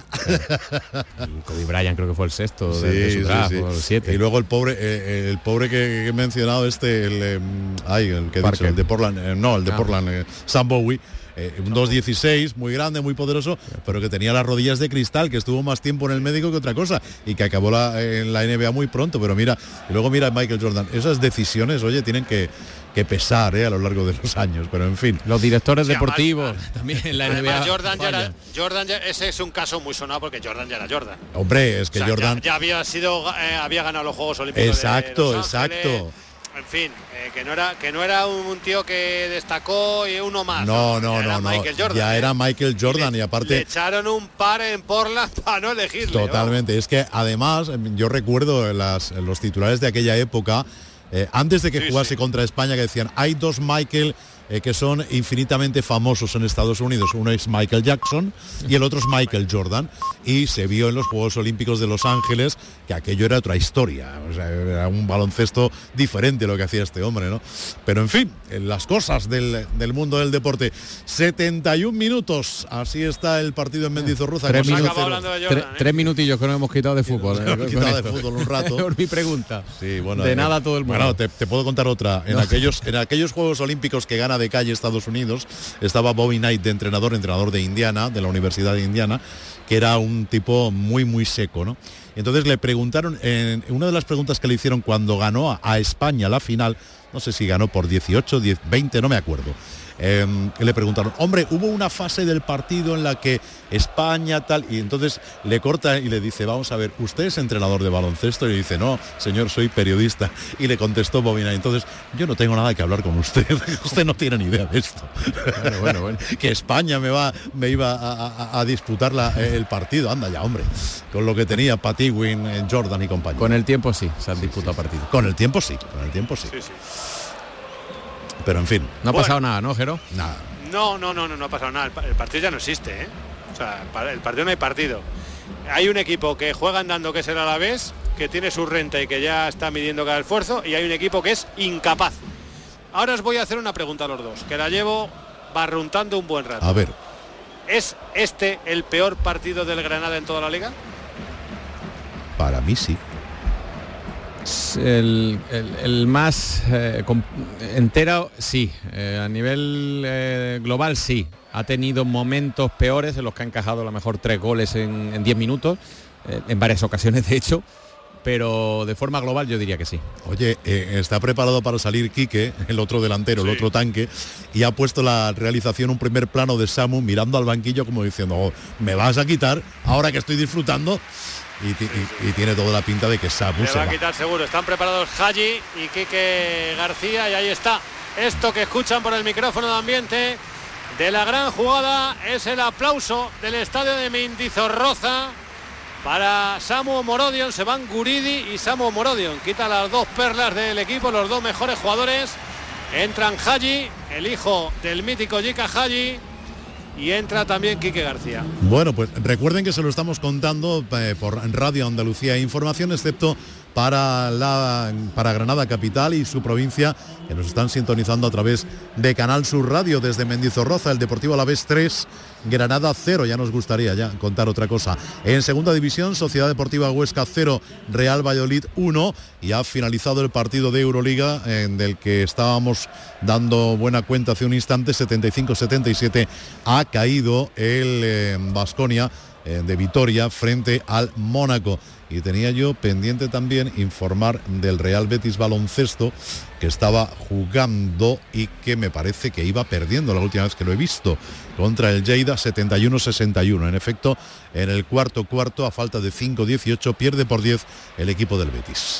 Y Kobe Bryant creo que fue el sexto de, Sí, de su sí, draft, sí. o el siete. Y luego el pobre, eh, el pobre que, que he mencionado, este, el, eh, ay, el que he dicho, Parker. el de Portland, eh, no, el de Ah. Portland, eh, Sam Bowie. Eh, un dos dieciséis, muy grande, muy poderoso, pero que tenía las rodillas de cristal, que estuvo más tiempo en el médico que otra cosa y que acabó la, en la N B A muy pronto. Pero mira, y luego mira a Michael Jordan. Esas decisiones, oye, tienen que, que pesar eh, a lo largo de los años, pero en fin. Los directores Sí, además- deportivos también en la N B A. Además, Jordan ya era, fallan. Jordan ya- ese es un caso muy sonado porque Jordan ya era Jordan. Hombre, es que O sea, Jordan... ya, ya había sido eh, había ganado los Juegos Olímpicos. Exacto, de Los Ángeles. exacto. En fin, eh, que no era que no era un tío que destacó y uno más. No, no, Ya era no, no. Michael Jordan, Ya ¿eh? era Michael Jordan y, le, aparte... le echaron un par en Portland para no elegirle. Totalmente, es que además em, yo recuerdo las, los titulares de aquella época eh, antes de que Sí, jugase sí. contra España, que decían, hay dos Michael eh, que son infinitamente famosos en Estados Unidos. Uno es Michael Jackson y el otro es Michael Jordan. Y se vio en los Juegos Olímpicos de Los Ángeles que aquello era otra historia. O sea, era un baloncesto diferente lo que hacía este hombre, ¿no? Pero en fin, en las cosas del, del mundo del deporte. setenta y un minutos, así está el partido en Mendizorroza. Tres con minutos. cero Acaba cero. hablando de Tre- Jordan, ¿eh? tres minutillos que nos hemos quitado de fútbol. Nos hemos eh, quitado con de esto. fútbol un rato. Por mi pregunta. Sí, bueno, de eh, nada todo el mundo. Bueno, te, te puedo contar otra. En, No. aquellos, en aquellos Juegos Olímpicos que gana de calle Estados Unidos, estaba Bobby Knight de entrenador, entrenador de Indiana, de la Universidad de Indiana, que era un tipo muy, muy seco, ¿no? Entonces le preguntaron, en una de las preguntas que le hicieron cuando ganó a, a España la final, no sé si ganó por dieciocho, diez, veinte, no me acuerdo. Eh, le preguntaron, hombre, hubo una fase del partido en la que España tal, y entonces le corta y le dice, vamos a ver, ¿usted es entrenador de baloncesto? Y le dice, no, señor, soy periodista. Y le contestó Bobina, entonces yo no tengo nada que hablar con usted, usted no tiene ni idea de esto. Bueno, bueno, bueno. Que España me va me iba a, a- a disputar la- el partido, anda ya, hombre, con lo que tenía Patywin, eh, Jordan y compañía. Con el tiempo sí, se han disputado partidos. Con el tiempo sí, con el tiempo sí. Sí, sí. Pero en fin, No ha Bueno. pasado nada, ¿no, Jero? nada. No, no, no, no, no ha pasado nada. El, pa- el partido ya no existe, ¿eh? O sea, el pa- el partido no hay partido. Hay un equipo que juega andando, que es el Alavés, que tiene su renta y que ya está midiendo cada esfuerzo, y hay un equipo que es incapaz. Ahora os voy a hacer una pregunta a los dos, que la llevo barruntando un buen rato. A ver, ¿Es este el peor partido del Granada en toda la liga? para mí sí. El, el- el más eh, com- entero, sí. Eh, a nivel eh, global, sí. Ha tenido momentos peores en los que ha encajado a lo mejor tres goles en en diez minutos, eh, en varias ocasiones, de hecho. Pero de forma global yo diría que sí. Oye, eh, está preparado para salir Quique, el otro delantero, el Sí. otro tanque, y ha puesto la realización un primer plano de Samu mirando al banquillo como diciendo, oh, me vas a quitar ahora que estoy disfrutando. Y, ti- y- y tiene toda la pinta de que Samu Le se va a va. quitar seguro. Están preparados Haji y Quique García, y ahí está. Esto que escuchan por el micrófono de ambiente de la gran jugada es el aplauso del estadio de Mendizorroza para Samu Morodion. Se van Guridi y Samu Morodion. Quita las dos perlas del equipo, los dos mejores jugadores. Entran Haji, el hijo del mítico Yika Haji, y entra también Quique García. Bueno, pues recuerden que se lo estamos contando eh, por Radio Andalucía Información, excepto para la para Granada Capital y su provincia, que nos están sintonizando a través de Canal Sur Radio desde Mendizorroza, el Deportivo Alavés tres, Granada cero. Ya nos gustaría ya contar otra cosa. En segunda división, Sociedad Deportiva Huesca cero, Real Valladolid uno, y ha finalizado el partido de Euroliga, en del que estábamos dando buena cuenta hace un instante. Setenta y cinco setenta y siete ha caído el Baskonia eh, de Vitoria frente al Mónaco. Y tenía yo pendiente también informar del Real Betis Baloncesto, que estaba jugando y que me parece que iba perdiendo la última vez que lo he visto contra el Lleida, setenta y uno sesenta y uno. En efecto, en el cuarto cuarto, a falta de cinco dieciocho, pierde por diez el equipo del Betis.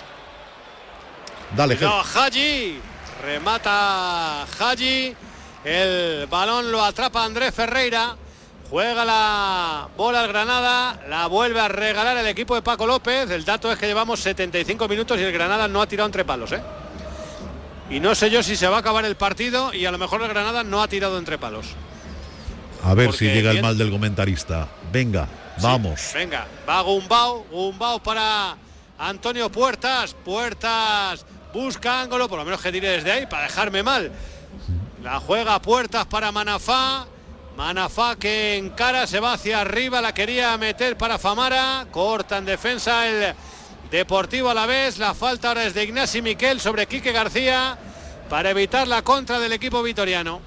Dale, Ger. No, Haji, remata Haji, el balón lo atrapa Andrés Ferreira, juega la bola al Granada, la vuelve a regalar el equipo de Paco López. El dato es que llevamos setenta y cinco minutos y el Granada no ha tirado entre palos, ¿eh? Y no sé yo si se va a acabar el partido, y a lo mejor el Granada no ha tirado entre palos. A ver porque si llega el bien- mal del comentarista. Venga, vamos. Sí, venga, va Gumbau, Gumbau para Antonio Puertas, Puertas busca ángulo, por lo menos que tire desde ahí para dejarme mal. La juega Puertas para Manafá, Manafá que encara, se va hacia arriba, la quería meter para Famara, corta en defensa el Deportivo Alavés. La falta ahora es de Ignasi Miquel sobre Quique García para evitar la contra del equipo vitoriano.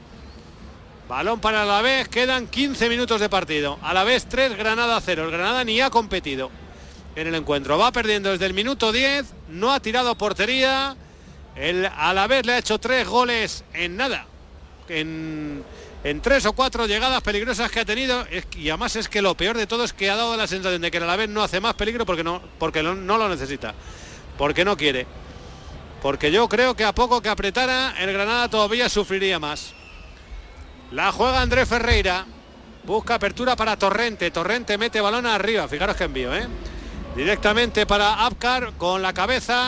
Balón para el Alavés, quedan quince minutos de partido. Alavés tres, Granada cero. El Granada ni ha competido en el encuentro. Va perdiendo desde el minuto diez, no ha tirado portería. El Alavés le ha hecho tres goles en nada. En, en tres o cuatro llegadas peligrosas que ha tenido. Es- y además es que lo peor de todo es que ha dado la sensación de que el Alavés no hace más peligro porque no, porque no, no lo necesita. Porque no quiere. Porque yo creo que a poco que apretara, el Granada todavía sufriría más. La juega Andrés Ferreira, busca apertura para Torrente, Torrente mete balón arriba, fijaros que envío, ¿eh? Directamente para Abkar con la cabeza,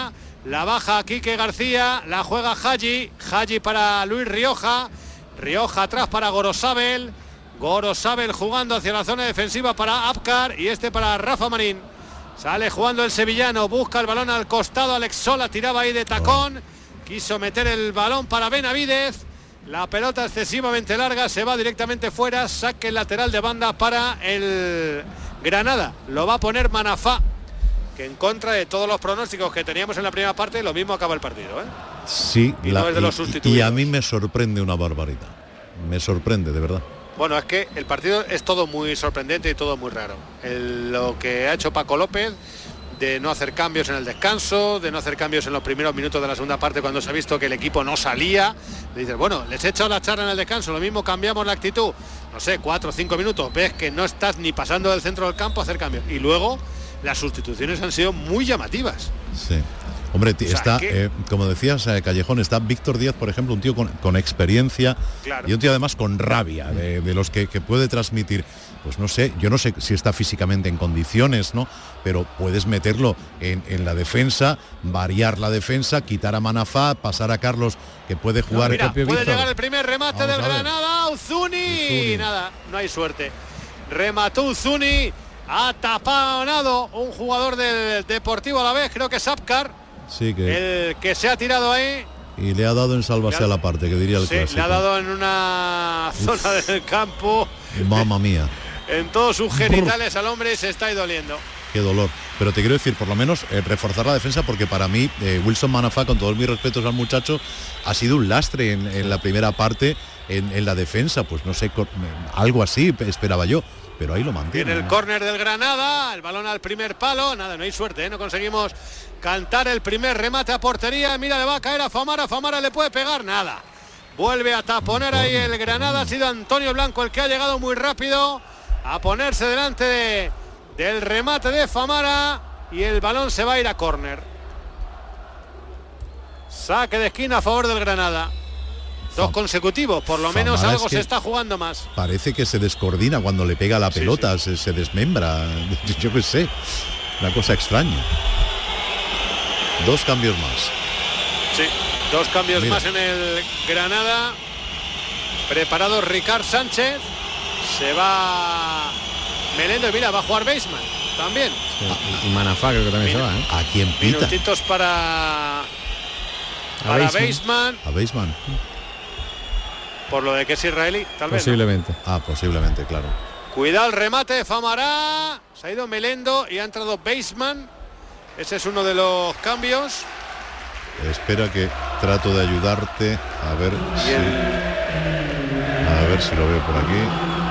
la baja Quique García, la juega Haji, Haji para Luis Rioja, Rioja atrás para Gorosabel, Gorosabel jugando hacia la zona defensiva para Abkar y este para Rafa Marín. Sale jugando el sevillano, busca el balón al costado, Alex Sola tiraba ahí de tacón, quiso meter el balón para Benavidez, la pelota excesivamente larga, se va directamente fuera, saque lateral de banda para el Granada, lo va a poner Manafá, que en contra de todos los pronósticos que teníamos en la primera parte, lo mismo acaba el partido, ¿eh? Sí, y, la, no es de los y, y a mí me sorprende una barbaridad, me sorprende de verdad. Bueno, es que el partido es todo muy sorprendente y todo muy raro. El, lo que ha hecho Paco López de no hacer cambios en el descanso, de no hacer cambios en los primeros minutos de la segunda parte cuando se ha visto que el equipo no salía. Le dices, bueno, les he echado la charla en el descanso, lo mismo cambiamos la actitud, no sé, cuatro o cinco minutos, ves que no estás ni pasando del centro del campo a hacer cambios. Y luego las sustituciones han sido muy llamativas. Sí. Hombre, o sea, está, que... eh, como decías, eh, Callejón, está Víctor Díaz, por ejemplo, un tío con, con experiencia, claro, y un tío además con rabia, de, de los que, que puede transmitir, pues no sé, yo no sé si está físicamente en condiciones, ¿no? Pero puedes meterlo en, en la defensa, variar la defensa, quitar a Manafá, pasar a Carlos, que puede jugar... No, mira, el propio puede Víctor. llegar el primer remate Vamos del Granada, Uzuni. Nada, no hay suerte. Remató Uzuni, ha taponado un jugador del Deportivo Alavés, creo que es Abkar. Sí, que... el que se ha tirado ahí y le ha dado en sálvase a la parte, que diría el sí, clásico. Le ha dado en una Uf. zona del campo, mamma mía, en todos sus genitales al hombre y se está ahí doliendo. Qué dolor. Pero te quiero decir, por lo menos eh, reforzar la defensa, porque para mí eh, Wilson Manafá, con todos mis respetos al muchacho, ha sido un lastre en, en la primera parte en, en la defensa, pues no sé, con, algo así esperaba yo. Pero ahí lo mantiene. En el córner del Granada, el balón al primer palo, nada, no hay suerte, ¿eh? No conseguimos cantar el primer remate a portería, mira, le va a caer a Famara, Famara le puede pegar, nada. Vuelve a taponar ahí el Granada, ha sido Antonio Blanco el que ha llegado muy rápido a ponerse delante de, del remate de Famara y el balón se va a ir a córner. Saque de esquina a favor del Granada. Dos consecutivos, por lo menos Famara algo es que se está jugando más. Parece que se descoordina cuando le pega la pelota, sí, sí. Se, se desmembra, yo qué sé, una cosa extraña. Dos cambios más. Sí, dos cambios Mira. más en el Granada. Preparado Ricard Sánchez. Se va Melendo y mira, va a jugar Baseman también. Sí, y Manafá creo que también Min- se va, ¿eh? ¿A quién pita? Minutitos para, para Baseman. A Baseman. Por lo de que es israelí, tal vez. Posiblemente. ¿No? Ah, posiblemente, claro. Cuidado el remate de Famará. Se ha ido Melendo y ha entrado Baseman. Ese es uno de los cambios. Espera que trato de ayudarte. A ver si. El... A ver si lo veo por aquí.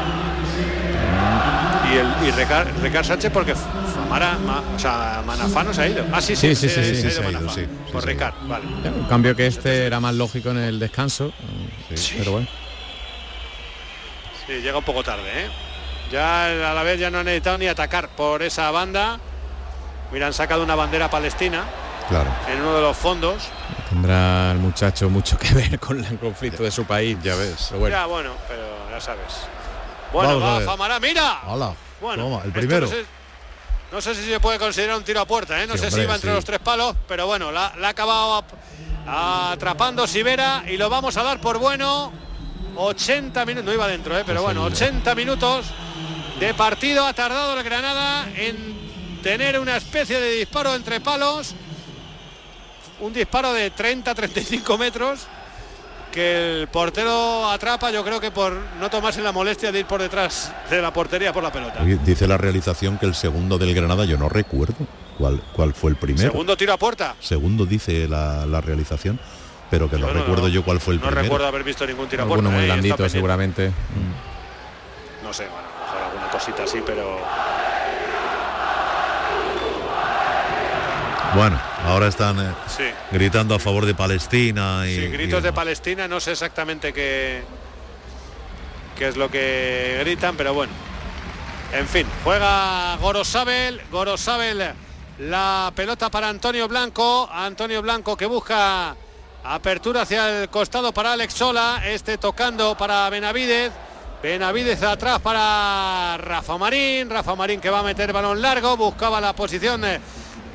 Y el y Ricard, Ricard Sánchez porque Famara, ma, o sea, Manafá no se ha ido. Ah, sí, sí, sí, sí, se, sí, se, sí, ha ido se ha ido, sí, por sí, Ricard, sí. vale. Un cambio que este era más lógico en el descanso. Sí. Sí. Pero bueno. Sí, llega un poco tarde, ¿eh? Ya a la vez ya no han necesitado ni atacar por esa banda. Mira, han sacado una bandera palestina. Claro. En uno de los fondos. Tendrá el muchacho mucho que ver con el conflicto de su país, ya ves. Pero bueno. Ya, bueno, pero ya sabes. Bueno, Vamos va Famará, mira. Hola. Bueno, Toma, el primero. No sé, no sé si se puede considerar un tiro a puerta, ¿eh? No sí, sé hombre, si va entre sí. los tres palos, pero bueno, la, la ha acabado a, a, atrapando Sivera y lo vamos a dar por bueno. ochenta minutos, no iba dentro, ¿eh? Pero bueno, ochenta minutos de partido ha tardado el Granada en tener una especie de disparo entre palos. Un disparo de treinta a treinta y cinco metros que el portero atrapa, yo creo que por no tomarse la molestia de ir por detrás de la portería por la pelota. Dice la realización que el segundo del Granada, yo no recuerdo cuál, cuál fue el primero. Segundo tiro a puerta. Segundo dice la, la realización, pero que no, no recuerdo no, yo cuál fue el no primero. No recuerdo haber visto ningún tiro a puerta. Alguno muy eh, blandito seguramente. No sé, bueno, a lo mejor alguna cosita así, pero... Bueno, ahora están eh, sí. gritando a favor de Palestina. Y, sí, gritos y de Palestina, no sé exactamente qué, qué es lo que gritan, pero bueno. En fin, juega Gorosabel, Gorosabel la pelota para Antonio Blanco, Antonio Blanco que busca apertura hacia el costado para Alex Sola, este tocando para Benavidez, Benavidez atrás para Rafa Marín, Rafa Marín que va a meter balón largo, buscaba la posición de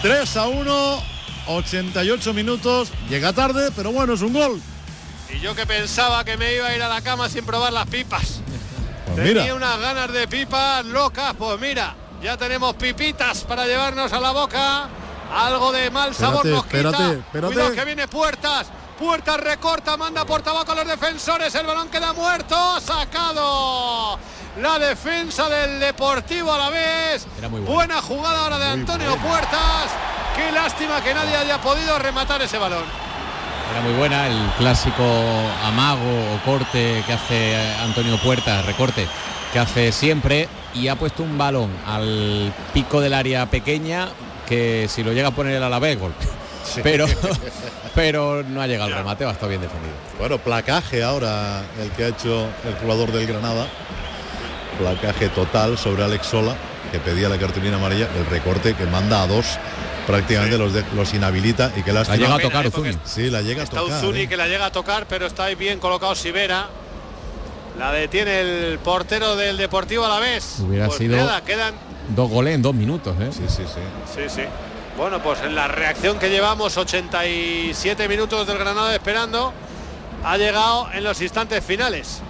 tres a uno, ochenta y ocho minutos. Llega tarde, pero bueno, es un gol. Y yo que pensaba que me iba a ir a la cama sin probar las pipas. Pues Tenía mira. unas ganas de pipas locas, pues mira, ya tenemos pipitas para llevarnos a la boca. Algo de mal sabor Espérate, nos quita. espérate, espérate. Cuidado que viene Puertas. Puertas recorta, manda por tabaco a los defensores. El balón queda muerto. Ha sacado la defensa del Deportivo Alavés. Era muy buena. Buena jugada ahora de Antonio Puertas. Qué lástima que nadie haya podido rematar ese balón. Era muy buena, el clásico amago o corte que hace Antonio Puertas, recorte, que hace siempre, y ha puesto un balón al pico del área pequeña que si lo llega a poner el Alavés, gol. Sí. Pero, pero no ha llegado el remate, ha estado bien defendido. Bueno, placaje ahora el que ha hecho el jugador del Granada. Placaje total sobre Alex Sola, que pedía la cartulina amarilla, el recorte que manda a dos. Prácticamente sí. los, de, los inhabilita y que la llega a tocar Uzuni. Sí, la llega a está tocar. Uzuni ¿eh? que la llega a tocar, pero está ahí bien colocado Sivera. La detiene el portero del Deportivo Alavés. Hubiera pues sido nada, quedan dos goles en dos minutos, ¿eh? Sí, sí, sí. Sí, sí. Bueno, pues en la reacción que llevamos, ochenta y siete minutos del Granada esperando, ha llegado en los instantes finales.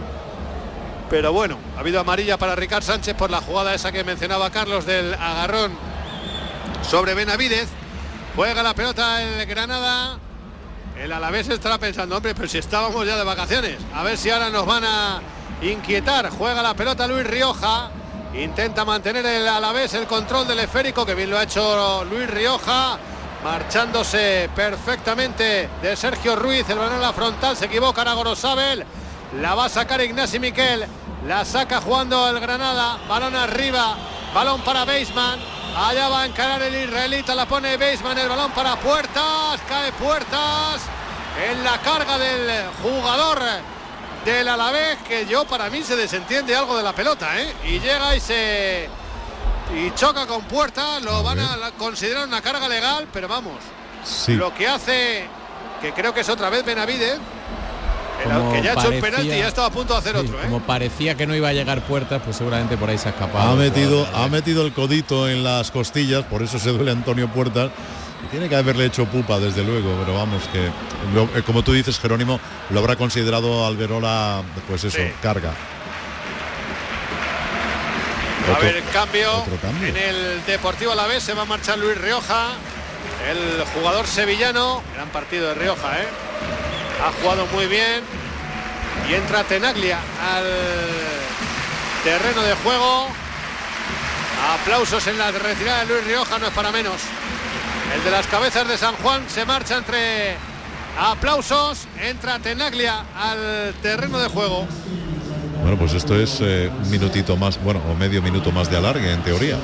Pero bueno, ha habido amarilla para Ricard Sánchez por la jugada esa que mencionaba Carlos del agarrón sobre Benavidez. Juega la pelota el Granada. El Alavés estará pensando, hombre, pero si estábamos ya de vacaciones, a ver si ahora nos van a inquietar. Juega la pelota Luis Rioja. Intenta mantener el Alavés el control del esférico, que bien lo ha hecho Luis Rioja, marchándose perfectamente de Sergio Ruiz. El balón a la frontal, se equivoca Gorosabel. La va a sacar Ignasi Miquel. La saca jugando el Granada. Balón arriba. Balón para Beisman. Allá va a encarar el israelita. La pone Beisman. El balón para Puertas. Cae Puertas en la carga del jugador del Alavés, que yo para mí se desentiende algo de la pelota, ¿eh? Y llega y se y choca con Puertas. Lo van a considerar una carga legal, pero vamos, sí. Lo que hace, que creo que es otra vez Benavidez, el que ya ha hecho el penalti y ya estaba a punto de hacer sí, otro, ¿eh? Como parecía que no iba a llegar Puertas, pues seguramente por ahí se ha escapado. Ha metido, ha metido el codito en las costillas, por eso se duele Antonio Puertas. Tiene que haberle hecho pupa, desde luego, pero vamos, que lo, como tú dices, Jerónimo, lo habrá considerado Alberola, pues eso, sí. Carga. A otro, ver, cambio, cambio en el Deportivo Alavés. Se va a marchar Luis Rioja, el jugador sevillano. Gran partido de Rioja, ¿eh? Ha jugado muy bien. Y entra Tenaglia al terreno de juego. Aplausos en la retirada de Luis Rioja, no es para menos. El de las cabezas de San Juan se marcha entre aplausos. Entra Tenaglia al terreno de juego. Bueno, pues esto es eh, un minutito más, bueno, o medio minuto más de alargue, en teoría.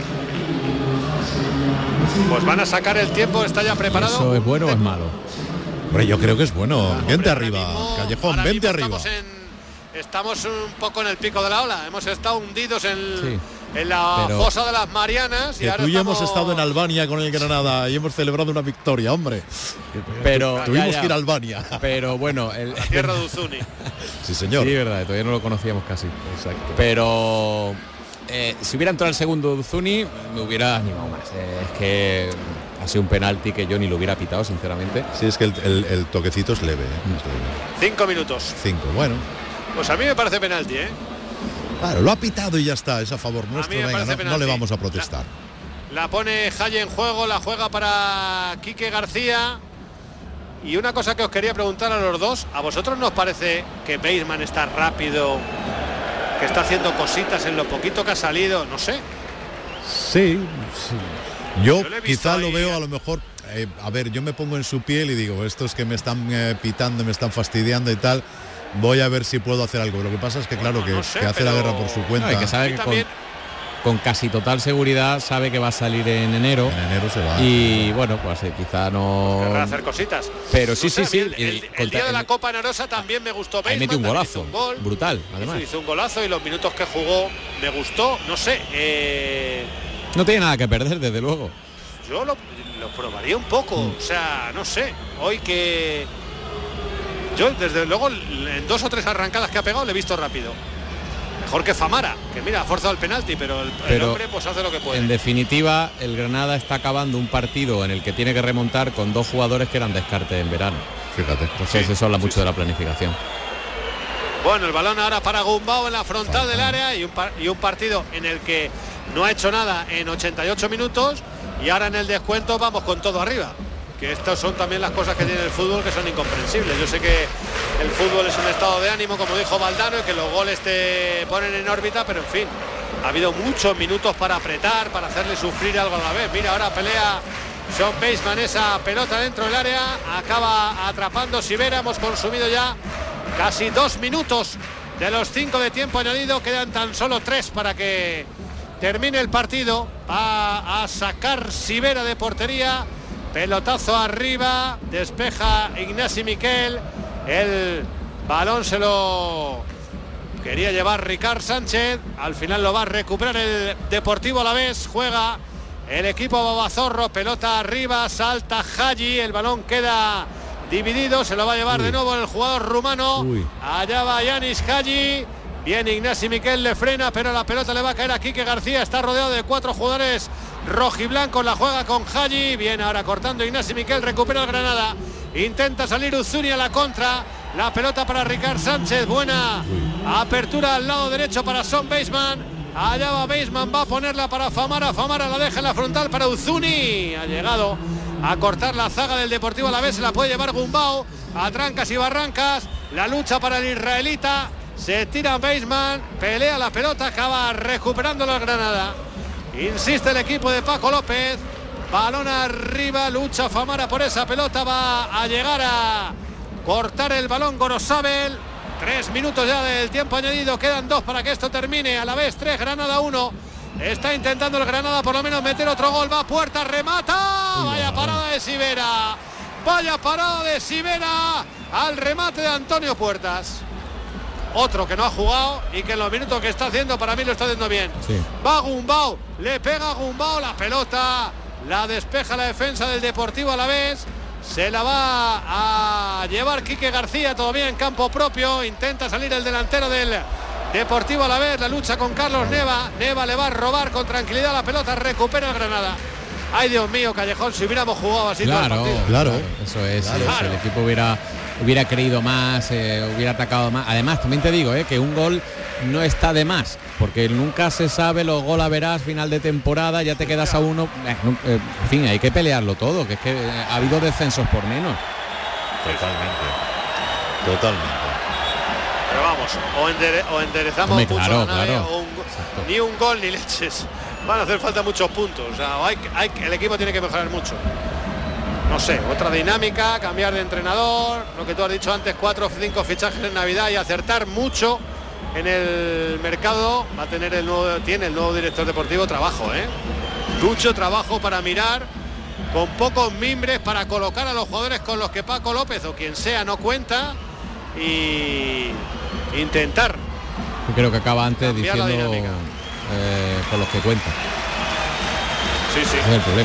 Pues van a sacar el tiempo, está ya preparado. ¿Eso es bueno o es malo? Hombre, yo creo que es bueno. Hombre, vente arriba, mismo, Callejón, vente arriba. Estamos, en, estamos un poco en el pico de la ola. Hemos estado hundidos en... Sí. En la pero, fosa de las Marianas. Que y ahora tú y estamos... hemos estado en Albania con el Granada y hemos celebrado una victoria, hombre. Pero tuvimos ya, ya. que ir a Albania. Pero bueno, el, la tierra de Uzuni. Sí, señor. Sí, verdad, todavía no lo conocíamos casi. Exacto. Pero eh, si hubiera entrado el segundo Uzuni, me hubiera animado más. Eh, es que ha sido un penalti que yo ni lo hubiera pitado, sinceramente. Sí, es que el, el, el toquecito es leve, ¿eh? Es leve. Cinco minutos. Cinco, bueno. Pues a mí me parece penalti, ¿eh? Claro, lo ha pitado y ya está, es a favor nuestro, a venga, no, no le vamos a protestar. La, la pone Jai en juego, la juega para Quique García. Y una cosa que os quería preguntar a los dos, ¿a vosotros nos parece que Beisman está rápido, que está haciendo cositas en lo poquito que ha salido? No sé. Sí, sí. Yo, yo quizá lo veo a lo mejor, eh, a ver, yo me pongo en su piel y digo, estos que me están eh, pitando, me están fastidiando y tal, voy a ver si puedo hacer algo. Lo que pasa es que claro, que, no sé, que hace la guerra por su cuenta. No, y que sabe que con, con casi total seguridad sabe que va a salir en enero. En enero se va. Y bueno, pues eh, quizá no... Querrá hacer cositas. Pero sí, no sé, sí, sí. El, el, el, el día de la Copa Narosa también me gustó. Ahí metió un golazo. Un gol, brutal, además. Hizo, hizo un golazo y los minutos que jugó me gustó. No sé. Eh... No tiene nada que perder, desde luego. Yo lo, lo probaría un poco. Mm. O sea, no sé. Hoy que... Yo, desde luego, en dos o tres arrancadas que ha pegado le he visto rápido. mejor que Famara, que mira, ha forzado el penalti, pero el, pero el hombre pues hace lo que puede. En definitiva, el Granada está acabando un partido en el que tiene que remontar con dos jugadores que eran descarte en verano. Fíjate. Entonces sí, eso habla mucho sí, de la planificación. Bueno, el balón ahora para Gumbau en la frontal del área y un, par y un partido en el que no ha hecho nada en ochenta y ocho minutos y ahora en el descuento vamos con todo arriba. Que estas son también las cosas que tiene el fútbol que son incomprensibles. Yo sé que el fútbol es un estado de ánimo, como dijo Valdano, y que los goles te ponen en órbita, pero en fin, ha habido muchos minutos para apretar, para hacerle sufrir algo a la vez. Mira, ahora pelea Sean Baseman esa pelota dentro del área, acaba atrapando Sivera. Hemos consumido ya casi dos minutos de los cinco de tiempo añadido, quedan tan solo tres para que termine el partido. Va a sacar Sivera de portería. Pelotazo arriba, despeja Ignasi Miquel, el balón se lo quería llevar Ricard Sánchez, al final lo va a recuperar el Deportivo Alavés, juega el equipo Babazorro, pelota arriba, salta Hagi, el balón queda dividido, se lo va a llevar Uy. de nuevo el jugador rumano, Uy. allá va Yanis Hagi, bien Ignasi Miquel le frena, pero la pelota le va a caer a Quique García, está rodeado de cuatro jugadores rojiblancos, la juega con Hagi, bien ahora cortando Ignasi Miquel, recupera el Granada, intenta salir Uzuni a la contra, la pelota para Ricard Sánchez, buena apertura al lado derecho para Sean Baseman, allá va Baseman, va a ponerla para Famara, Famara la deja en la frontal para Uzuni, ha llegado a cortar la zaga del Deportivo Alavés, se la puede llevar Gumbau, a trancas y barrancas, la lucha para el israelita, se tira Baseman, pelea la pelota, acaba recuperando la Granada. Insiste el equipo de Paco López, balón arriba, lucha Famara por esa pelota, va a llegar a cortar el balón Gorosabel. Tres minutos ya del tiempo añadido, quedan dos para que esto termine. A la vez tres, Granada uno. Está intentando el Granada por lo menos meter otro gol, va a puerta, remata. Vaya parada de Sivera, vaya parada de Sivera al remate de Antonio Puertas. Otro que no ha jugado y que en los minutos que está haciendo para mí lo está haciendo bien. Sí. Va Gumbau, le pega Gumbau la pelota, la despeja la defensa del Deportivo Alavés, se la va a llevar Quique García todavía en campo propio, intenta salir el delantero del Deportivo Alavés, la lucha con Carlos Neva, Neva le va a robar con tranquilidad la pelota, recupera el Granada. Ay Dios mío, Callejón, si hubiéramos jugado así claro, todo el partido. Claro, eso es, claro. Eso, el equipo hubiera hubiera creído más, eh, hubiera atacado más. Además, también te digo, eh, que un gol no está de más, porque nunca se sabe, los goles verás, final de temporada, ya te quedas a uno. Eh, eh, en fin, hay que pelearlo todo, que es que eh, ha habido descensos por menos. Totalmente, totalmente. Pero vamos, o, endere o enderezamos Hombre, mucho claro, a nadie, claro. o un, ni un gol ni leches. Van a hacer falta muchos puntos. O sea, hay, hay, el equipo tiene que mejorar mucho. No sé, otra dinámica, cambiar de entrenador, lo que tú has dicho antes, cuatro o cinco fichajes en Navidad y acertar mucho en el mercado. Va a tener el nuevo, tiene el nuevo director deportivo trabajo, ¿eh? Mucho trabajo para mirar, con pocos mimbres, para colocar a los jugadores con los que Paco López o quien sea no cuenta y intentar. Yo creo que acaba antes diciendo eh, con los que cuenta. Sí, sí. Ese es el problema.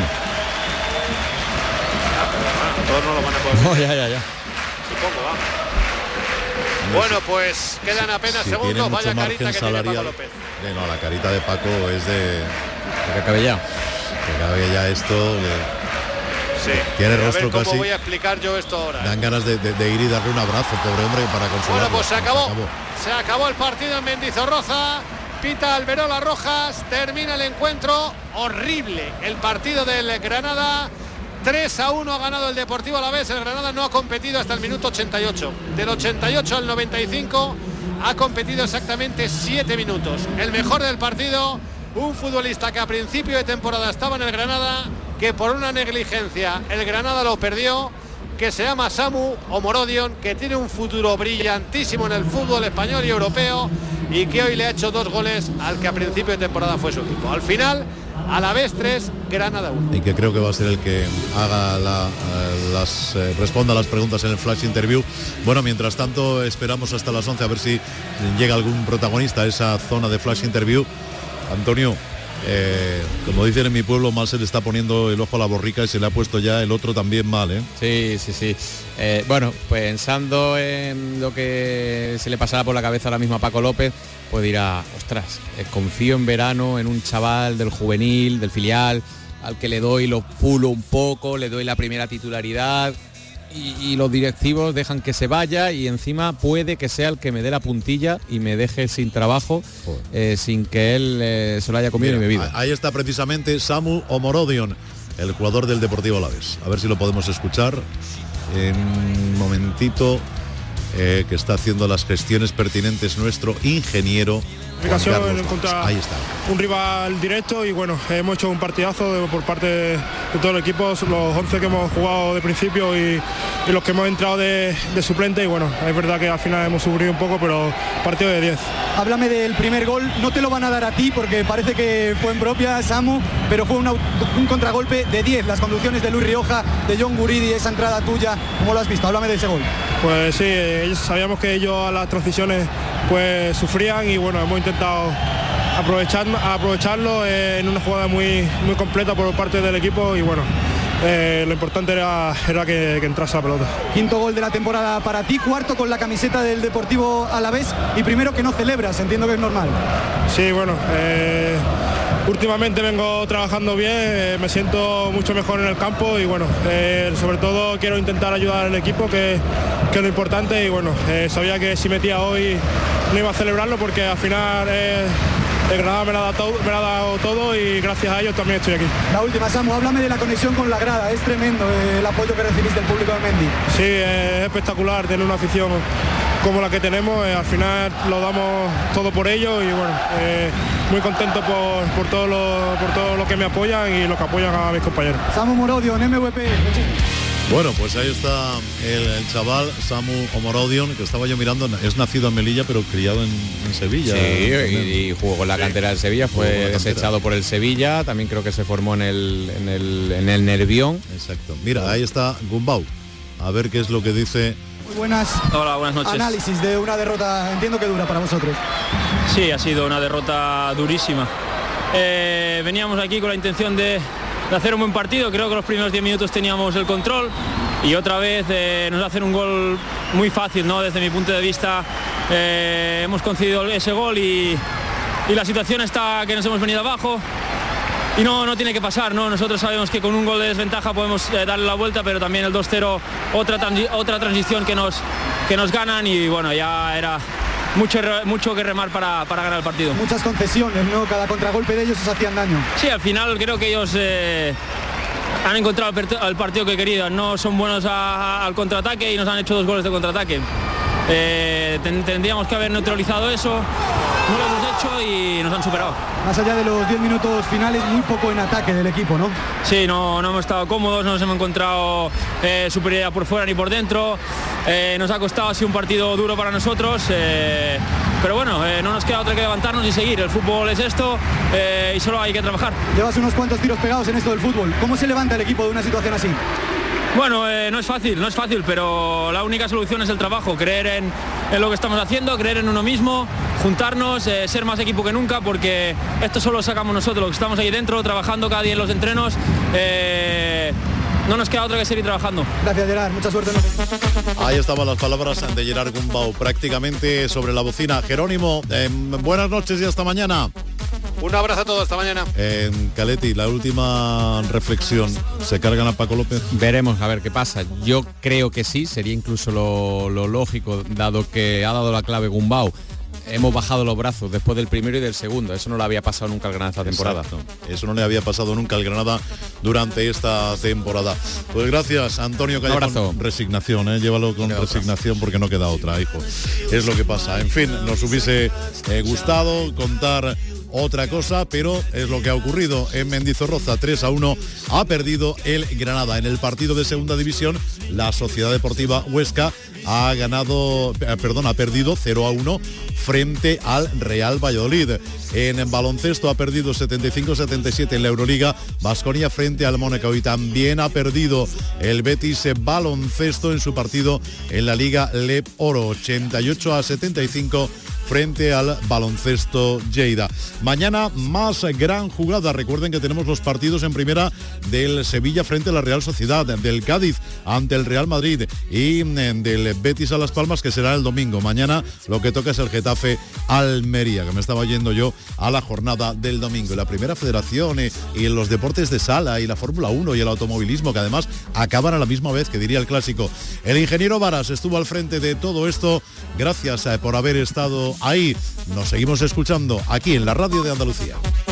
Todos no lo van a poder. No, ya, ya, ya. Supongo, vamos. Bueno, pues quedan apenas si segundos. Vaya carita que salarial, tiene Paco López. Eh, no, la carita de Paco es de... Que acabe ya. Que acabe ya esto. De... Sí. Tiene a rostro ver cómo casi. voy a explicar yo esto ahora. Dan ganas de, de, de ir y darle un abrazo, pobre hombre, para consolarlo. Bueno, pues se acabó. se acabó. Se acabó el partido en Mendizorroza. Pita Alberola Rojas. Termina el encuentro. Horrible el partido del Granada. tres a uno ha ganado el Deportivo Alavés. El Granada no ha competido hasta el minuto ochenta y ocho. Del ochenta y ocho al noventa y cinco ha competido exactamente siete minutos. El mejor del partido, un futbolista que a principio de temporada estaba en el Granada, que por una negligencia el Granada lo perdió, que se llama Samu Omorodion, que tiene un futuro brillantísimo en el fútbol español y europeo y que hoy le ha hecho dos goles al que a principio de temporada fue su equipo. Al final, Alavés tres, Granada uno. Y que creo que va a ser el que haga la, las eh, responda a las preguntas en el flash interview. Bueno, mientras tanto esperamos hasta las once a ver si llega algún protagonista a esa zona de flash interview. Antonio, eh, como dicen en mi pueblo, mal se le está poniendo el ojo a la borrica y se le ha puesto ya el otro también mal, ¿eh? Sí, sí, sí. Eh, bueno, pensando en lo que se le pasará por la cabeza ahora mismo a Paco López, pues dirá, ostras, eh, confío en verano en un chaval del juvenil, del filial, al que le doy, lo pulo un poco, le doy la primera titularidad y, y los directivos dejan que se vaya y encima puede que sea el que me dé la puntilla y me deje sin trabajo, eh, sin que él eh, se lo haya comido ni bebido. Ahí está precisamente Samu Omorodion, el jugador del Deportivo Alavés. A ver si lo podemos escuchar en un momentito, eh, que está haciendo las gestiones pertinentes nuestro ingeniero. En contra Ahí está. Un rival directo y bueno, hemos hecho un partidazo de, por parte de, de todo el equipo, los once que hemos jugado de principio y, y los que hemos entrado de, de suplente y bueno, es verdad que al final hemos sufrido un poco, pero partido de diez. Háblame del primer gol, no te lo van a dar a ti porque parece que fue en propia, Samu, pero fue una, un contragolpe de diez, las conducciones de Luis Rioja, de John Guridi, esa entrada tuya, ¿cómo lo has visto? Háblame de ese gol. Pues sí, ellos, sabíamos que ellos a las transiciones pues sufrían y bueno, hemos intentado aprovechar, aprovecharlo eh, en una jugada muy, muy completa por parte del equipo y bueno, eh, lo importante era, era que, que entrase la pelota. Quinto gol de la temporada para ti, cuarto con la camiseta del Deportivo Alavés y primero que no celebras, entiendo que es normal. Sí, bueno, eh, últimamente vengo trabajando bien, eh, me siento mucho mejor en el campo y bueno, eh, sobre todo quiero intentar ayudar al equipo, que, que es lo importante y bueno, eh, sabía que si metía hoy no iba a celebrarlo porque al final eh, el Granada me lo, ha dado, me lo ha dado todo y gracias a ellos también estoy aquí. La última, Samu, háblame de la conexión con la grada, es tremendo eh, el apoyo que recibiste del público de Mendy. Sí, eh, es espectacular tener una afición como la que tenemos, eh, al final lo damos todo por ellos y bueno, eh, muy contento por, por, todo lo, por todo lo que me apoyan y lo que apoyan a mis compañeros. Samu Omorodion, M V P. Bueno, pues ahí está el, el chaval Samu Omorodion, que estaba yo mirando, es nacido en Melilla pero criado en, en Sevilla. Sí, y, y jugó con la cantera del Sevilla, fue desechado por el Sevilla, también creo que se formó en el, en el, en el Nervión. Exacto. Mira, ahí está Gumbau, a ver qué es lo que dice. Muy buenas. Hola, buenas noches. Análisis de una derrota, entiendo que dura para vosotros. Sí, ha sido una derrota durísima. Eh, veníamos aquí con la intención de, de hacer un buen partido, creo que los primeros diez minutos teníamos el control y otra vez eh, nos hacen un gol muy fácil, ¿no? Desde mi punto de vista eh, hemos concedido ese gol y, y la situación está que nos hemos venido abajo. Y no, no tiene que pasar, ¿no? Nosotros sabemos que con un gol de desventaja podemos eh, darle la vuelta, pero también el dos cero, otra, otra transición que nos, que nos ganan y bueno, ya era mucho, mucho que remar para, para ganar el partido. Muchas concesiones, ¿no? Cada contragolpe de ellos os hacían daño. Sí, al final creo que ellos eh, han encontrado el partido que querían, no son buenos a, a, al contraataque y nos han hecho dos goles de contraataque. Eh, ten, tendríamos que haber neutralizado eso, no lo hemos hecho y nos han superado. Más allá de los diez minutos finales, muy poco en ataque del equipo, ¿no? Sí, no, no hemos estado cómodos, no nos hemos encontrado eh, superioridad por fuera ni por dentro, eh, nos ha costado así un partido duro para nosotros, eh, pero bueno, eh, no nos queda otra que levantarnos y seguir, el fútbol es esto eh, y solo hay que trabajar. Llevas unos cuantos tiros pegados en esto del fútbol, ¿cómo se levanta el equipo de una situación así? Bueno, eh, no es fácil, no es fácil, pero la única solución es el trabajo, creer en, en lo que estamos haciendo, creer en uno mismo, juntarnos, eh, ser más equipo que nunca, porque esto solo lo sacamos nosotros, los que estamos ahí dentro, trabajando cada día en los entrenos, eh, no nos queda otra que seguir trabajando. Gracias, Gerard, mucha suerte. Ahí estaban las palabras de Gerard Gumbau, prácticamente sobre la bocina. Jerónimo, eh, buenas noches y hasta mañana. Un abrazo a todos, hasta mañana. Eh, Caletti, la última reflexión, ¿se cargan a Paco López? Veremos a ver qué pasa. Yo creo que sí, sería incluso lo, lo lógico, dado que ha dado la clave Gumbau. Hemos bajado los brazos después del primero y del segundo. Eso no le había pasado nunca al Granada esta temporada. Exacto. Eso no le había pasado nunca al Granada durante esta temporada. Pues gracias, Antonio Callejón. Un abrazo. Resignación, ¿eh? Llévalo con resignación otra. Porque no queda otra, hijo. Es lo que pasa. En fin, nos hubiese eh, gustado contar otra cosa, pero es lo que ha ocurrido en Mendizorroza. Tres a uno ha perdido el Granada. En el partido de segunda división, la Sociedad Deportiva Huesca ha ganado, perdón, ha perdido cero a uno frente al Real Valladolid. En baloncesto ha perdido setenta y cinco a setenta y siete en la Euroliga Baskonia frente al Mónaco, y también ha perdido el Betis Baloncesto en su partido en la Liga Leb Oro, ochenta y ocho a setenta y cinco frente al Baloncesto Lleida. Mañana más gran jugada. Recuerden que tenemos los partidos en primera del Sevilla frente a la Real Sociedad, del Cádiz ante el Real Madrid y del Betis a Las Palmas, que será el domingo. Mañana lo que toca es el Getafe Almería, que me estaba yendo yo a la jornada del domingo. Y la Primera Federación y, y los deportes de sala y la Fórmula uno y el automovilismo, que además acaban a la misma vez, que diría el clásico. El ingeniero Varas estuvo al frente de todo esto. Gracias por haber estado ahí. Nos seguimos escuchando aquí en la Radio de Andalucía.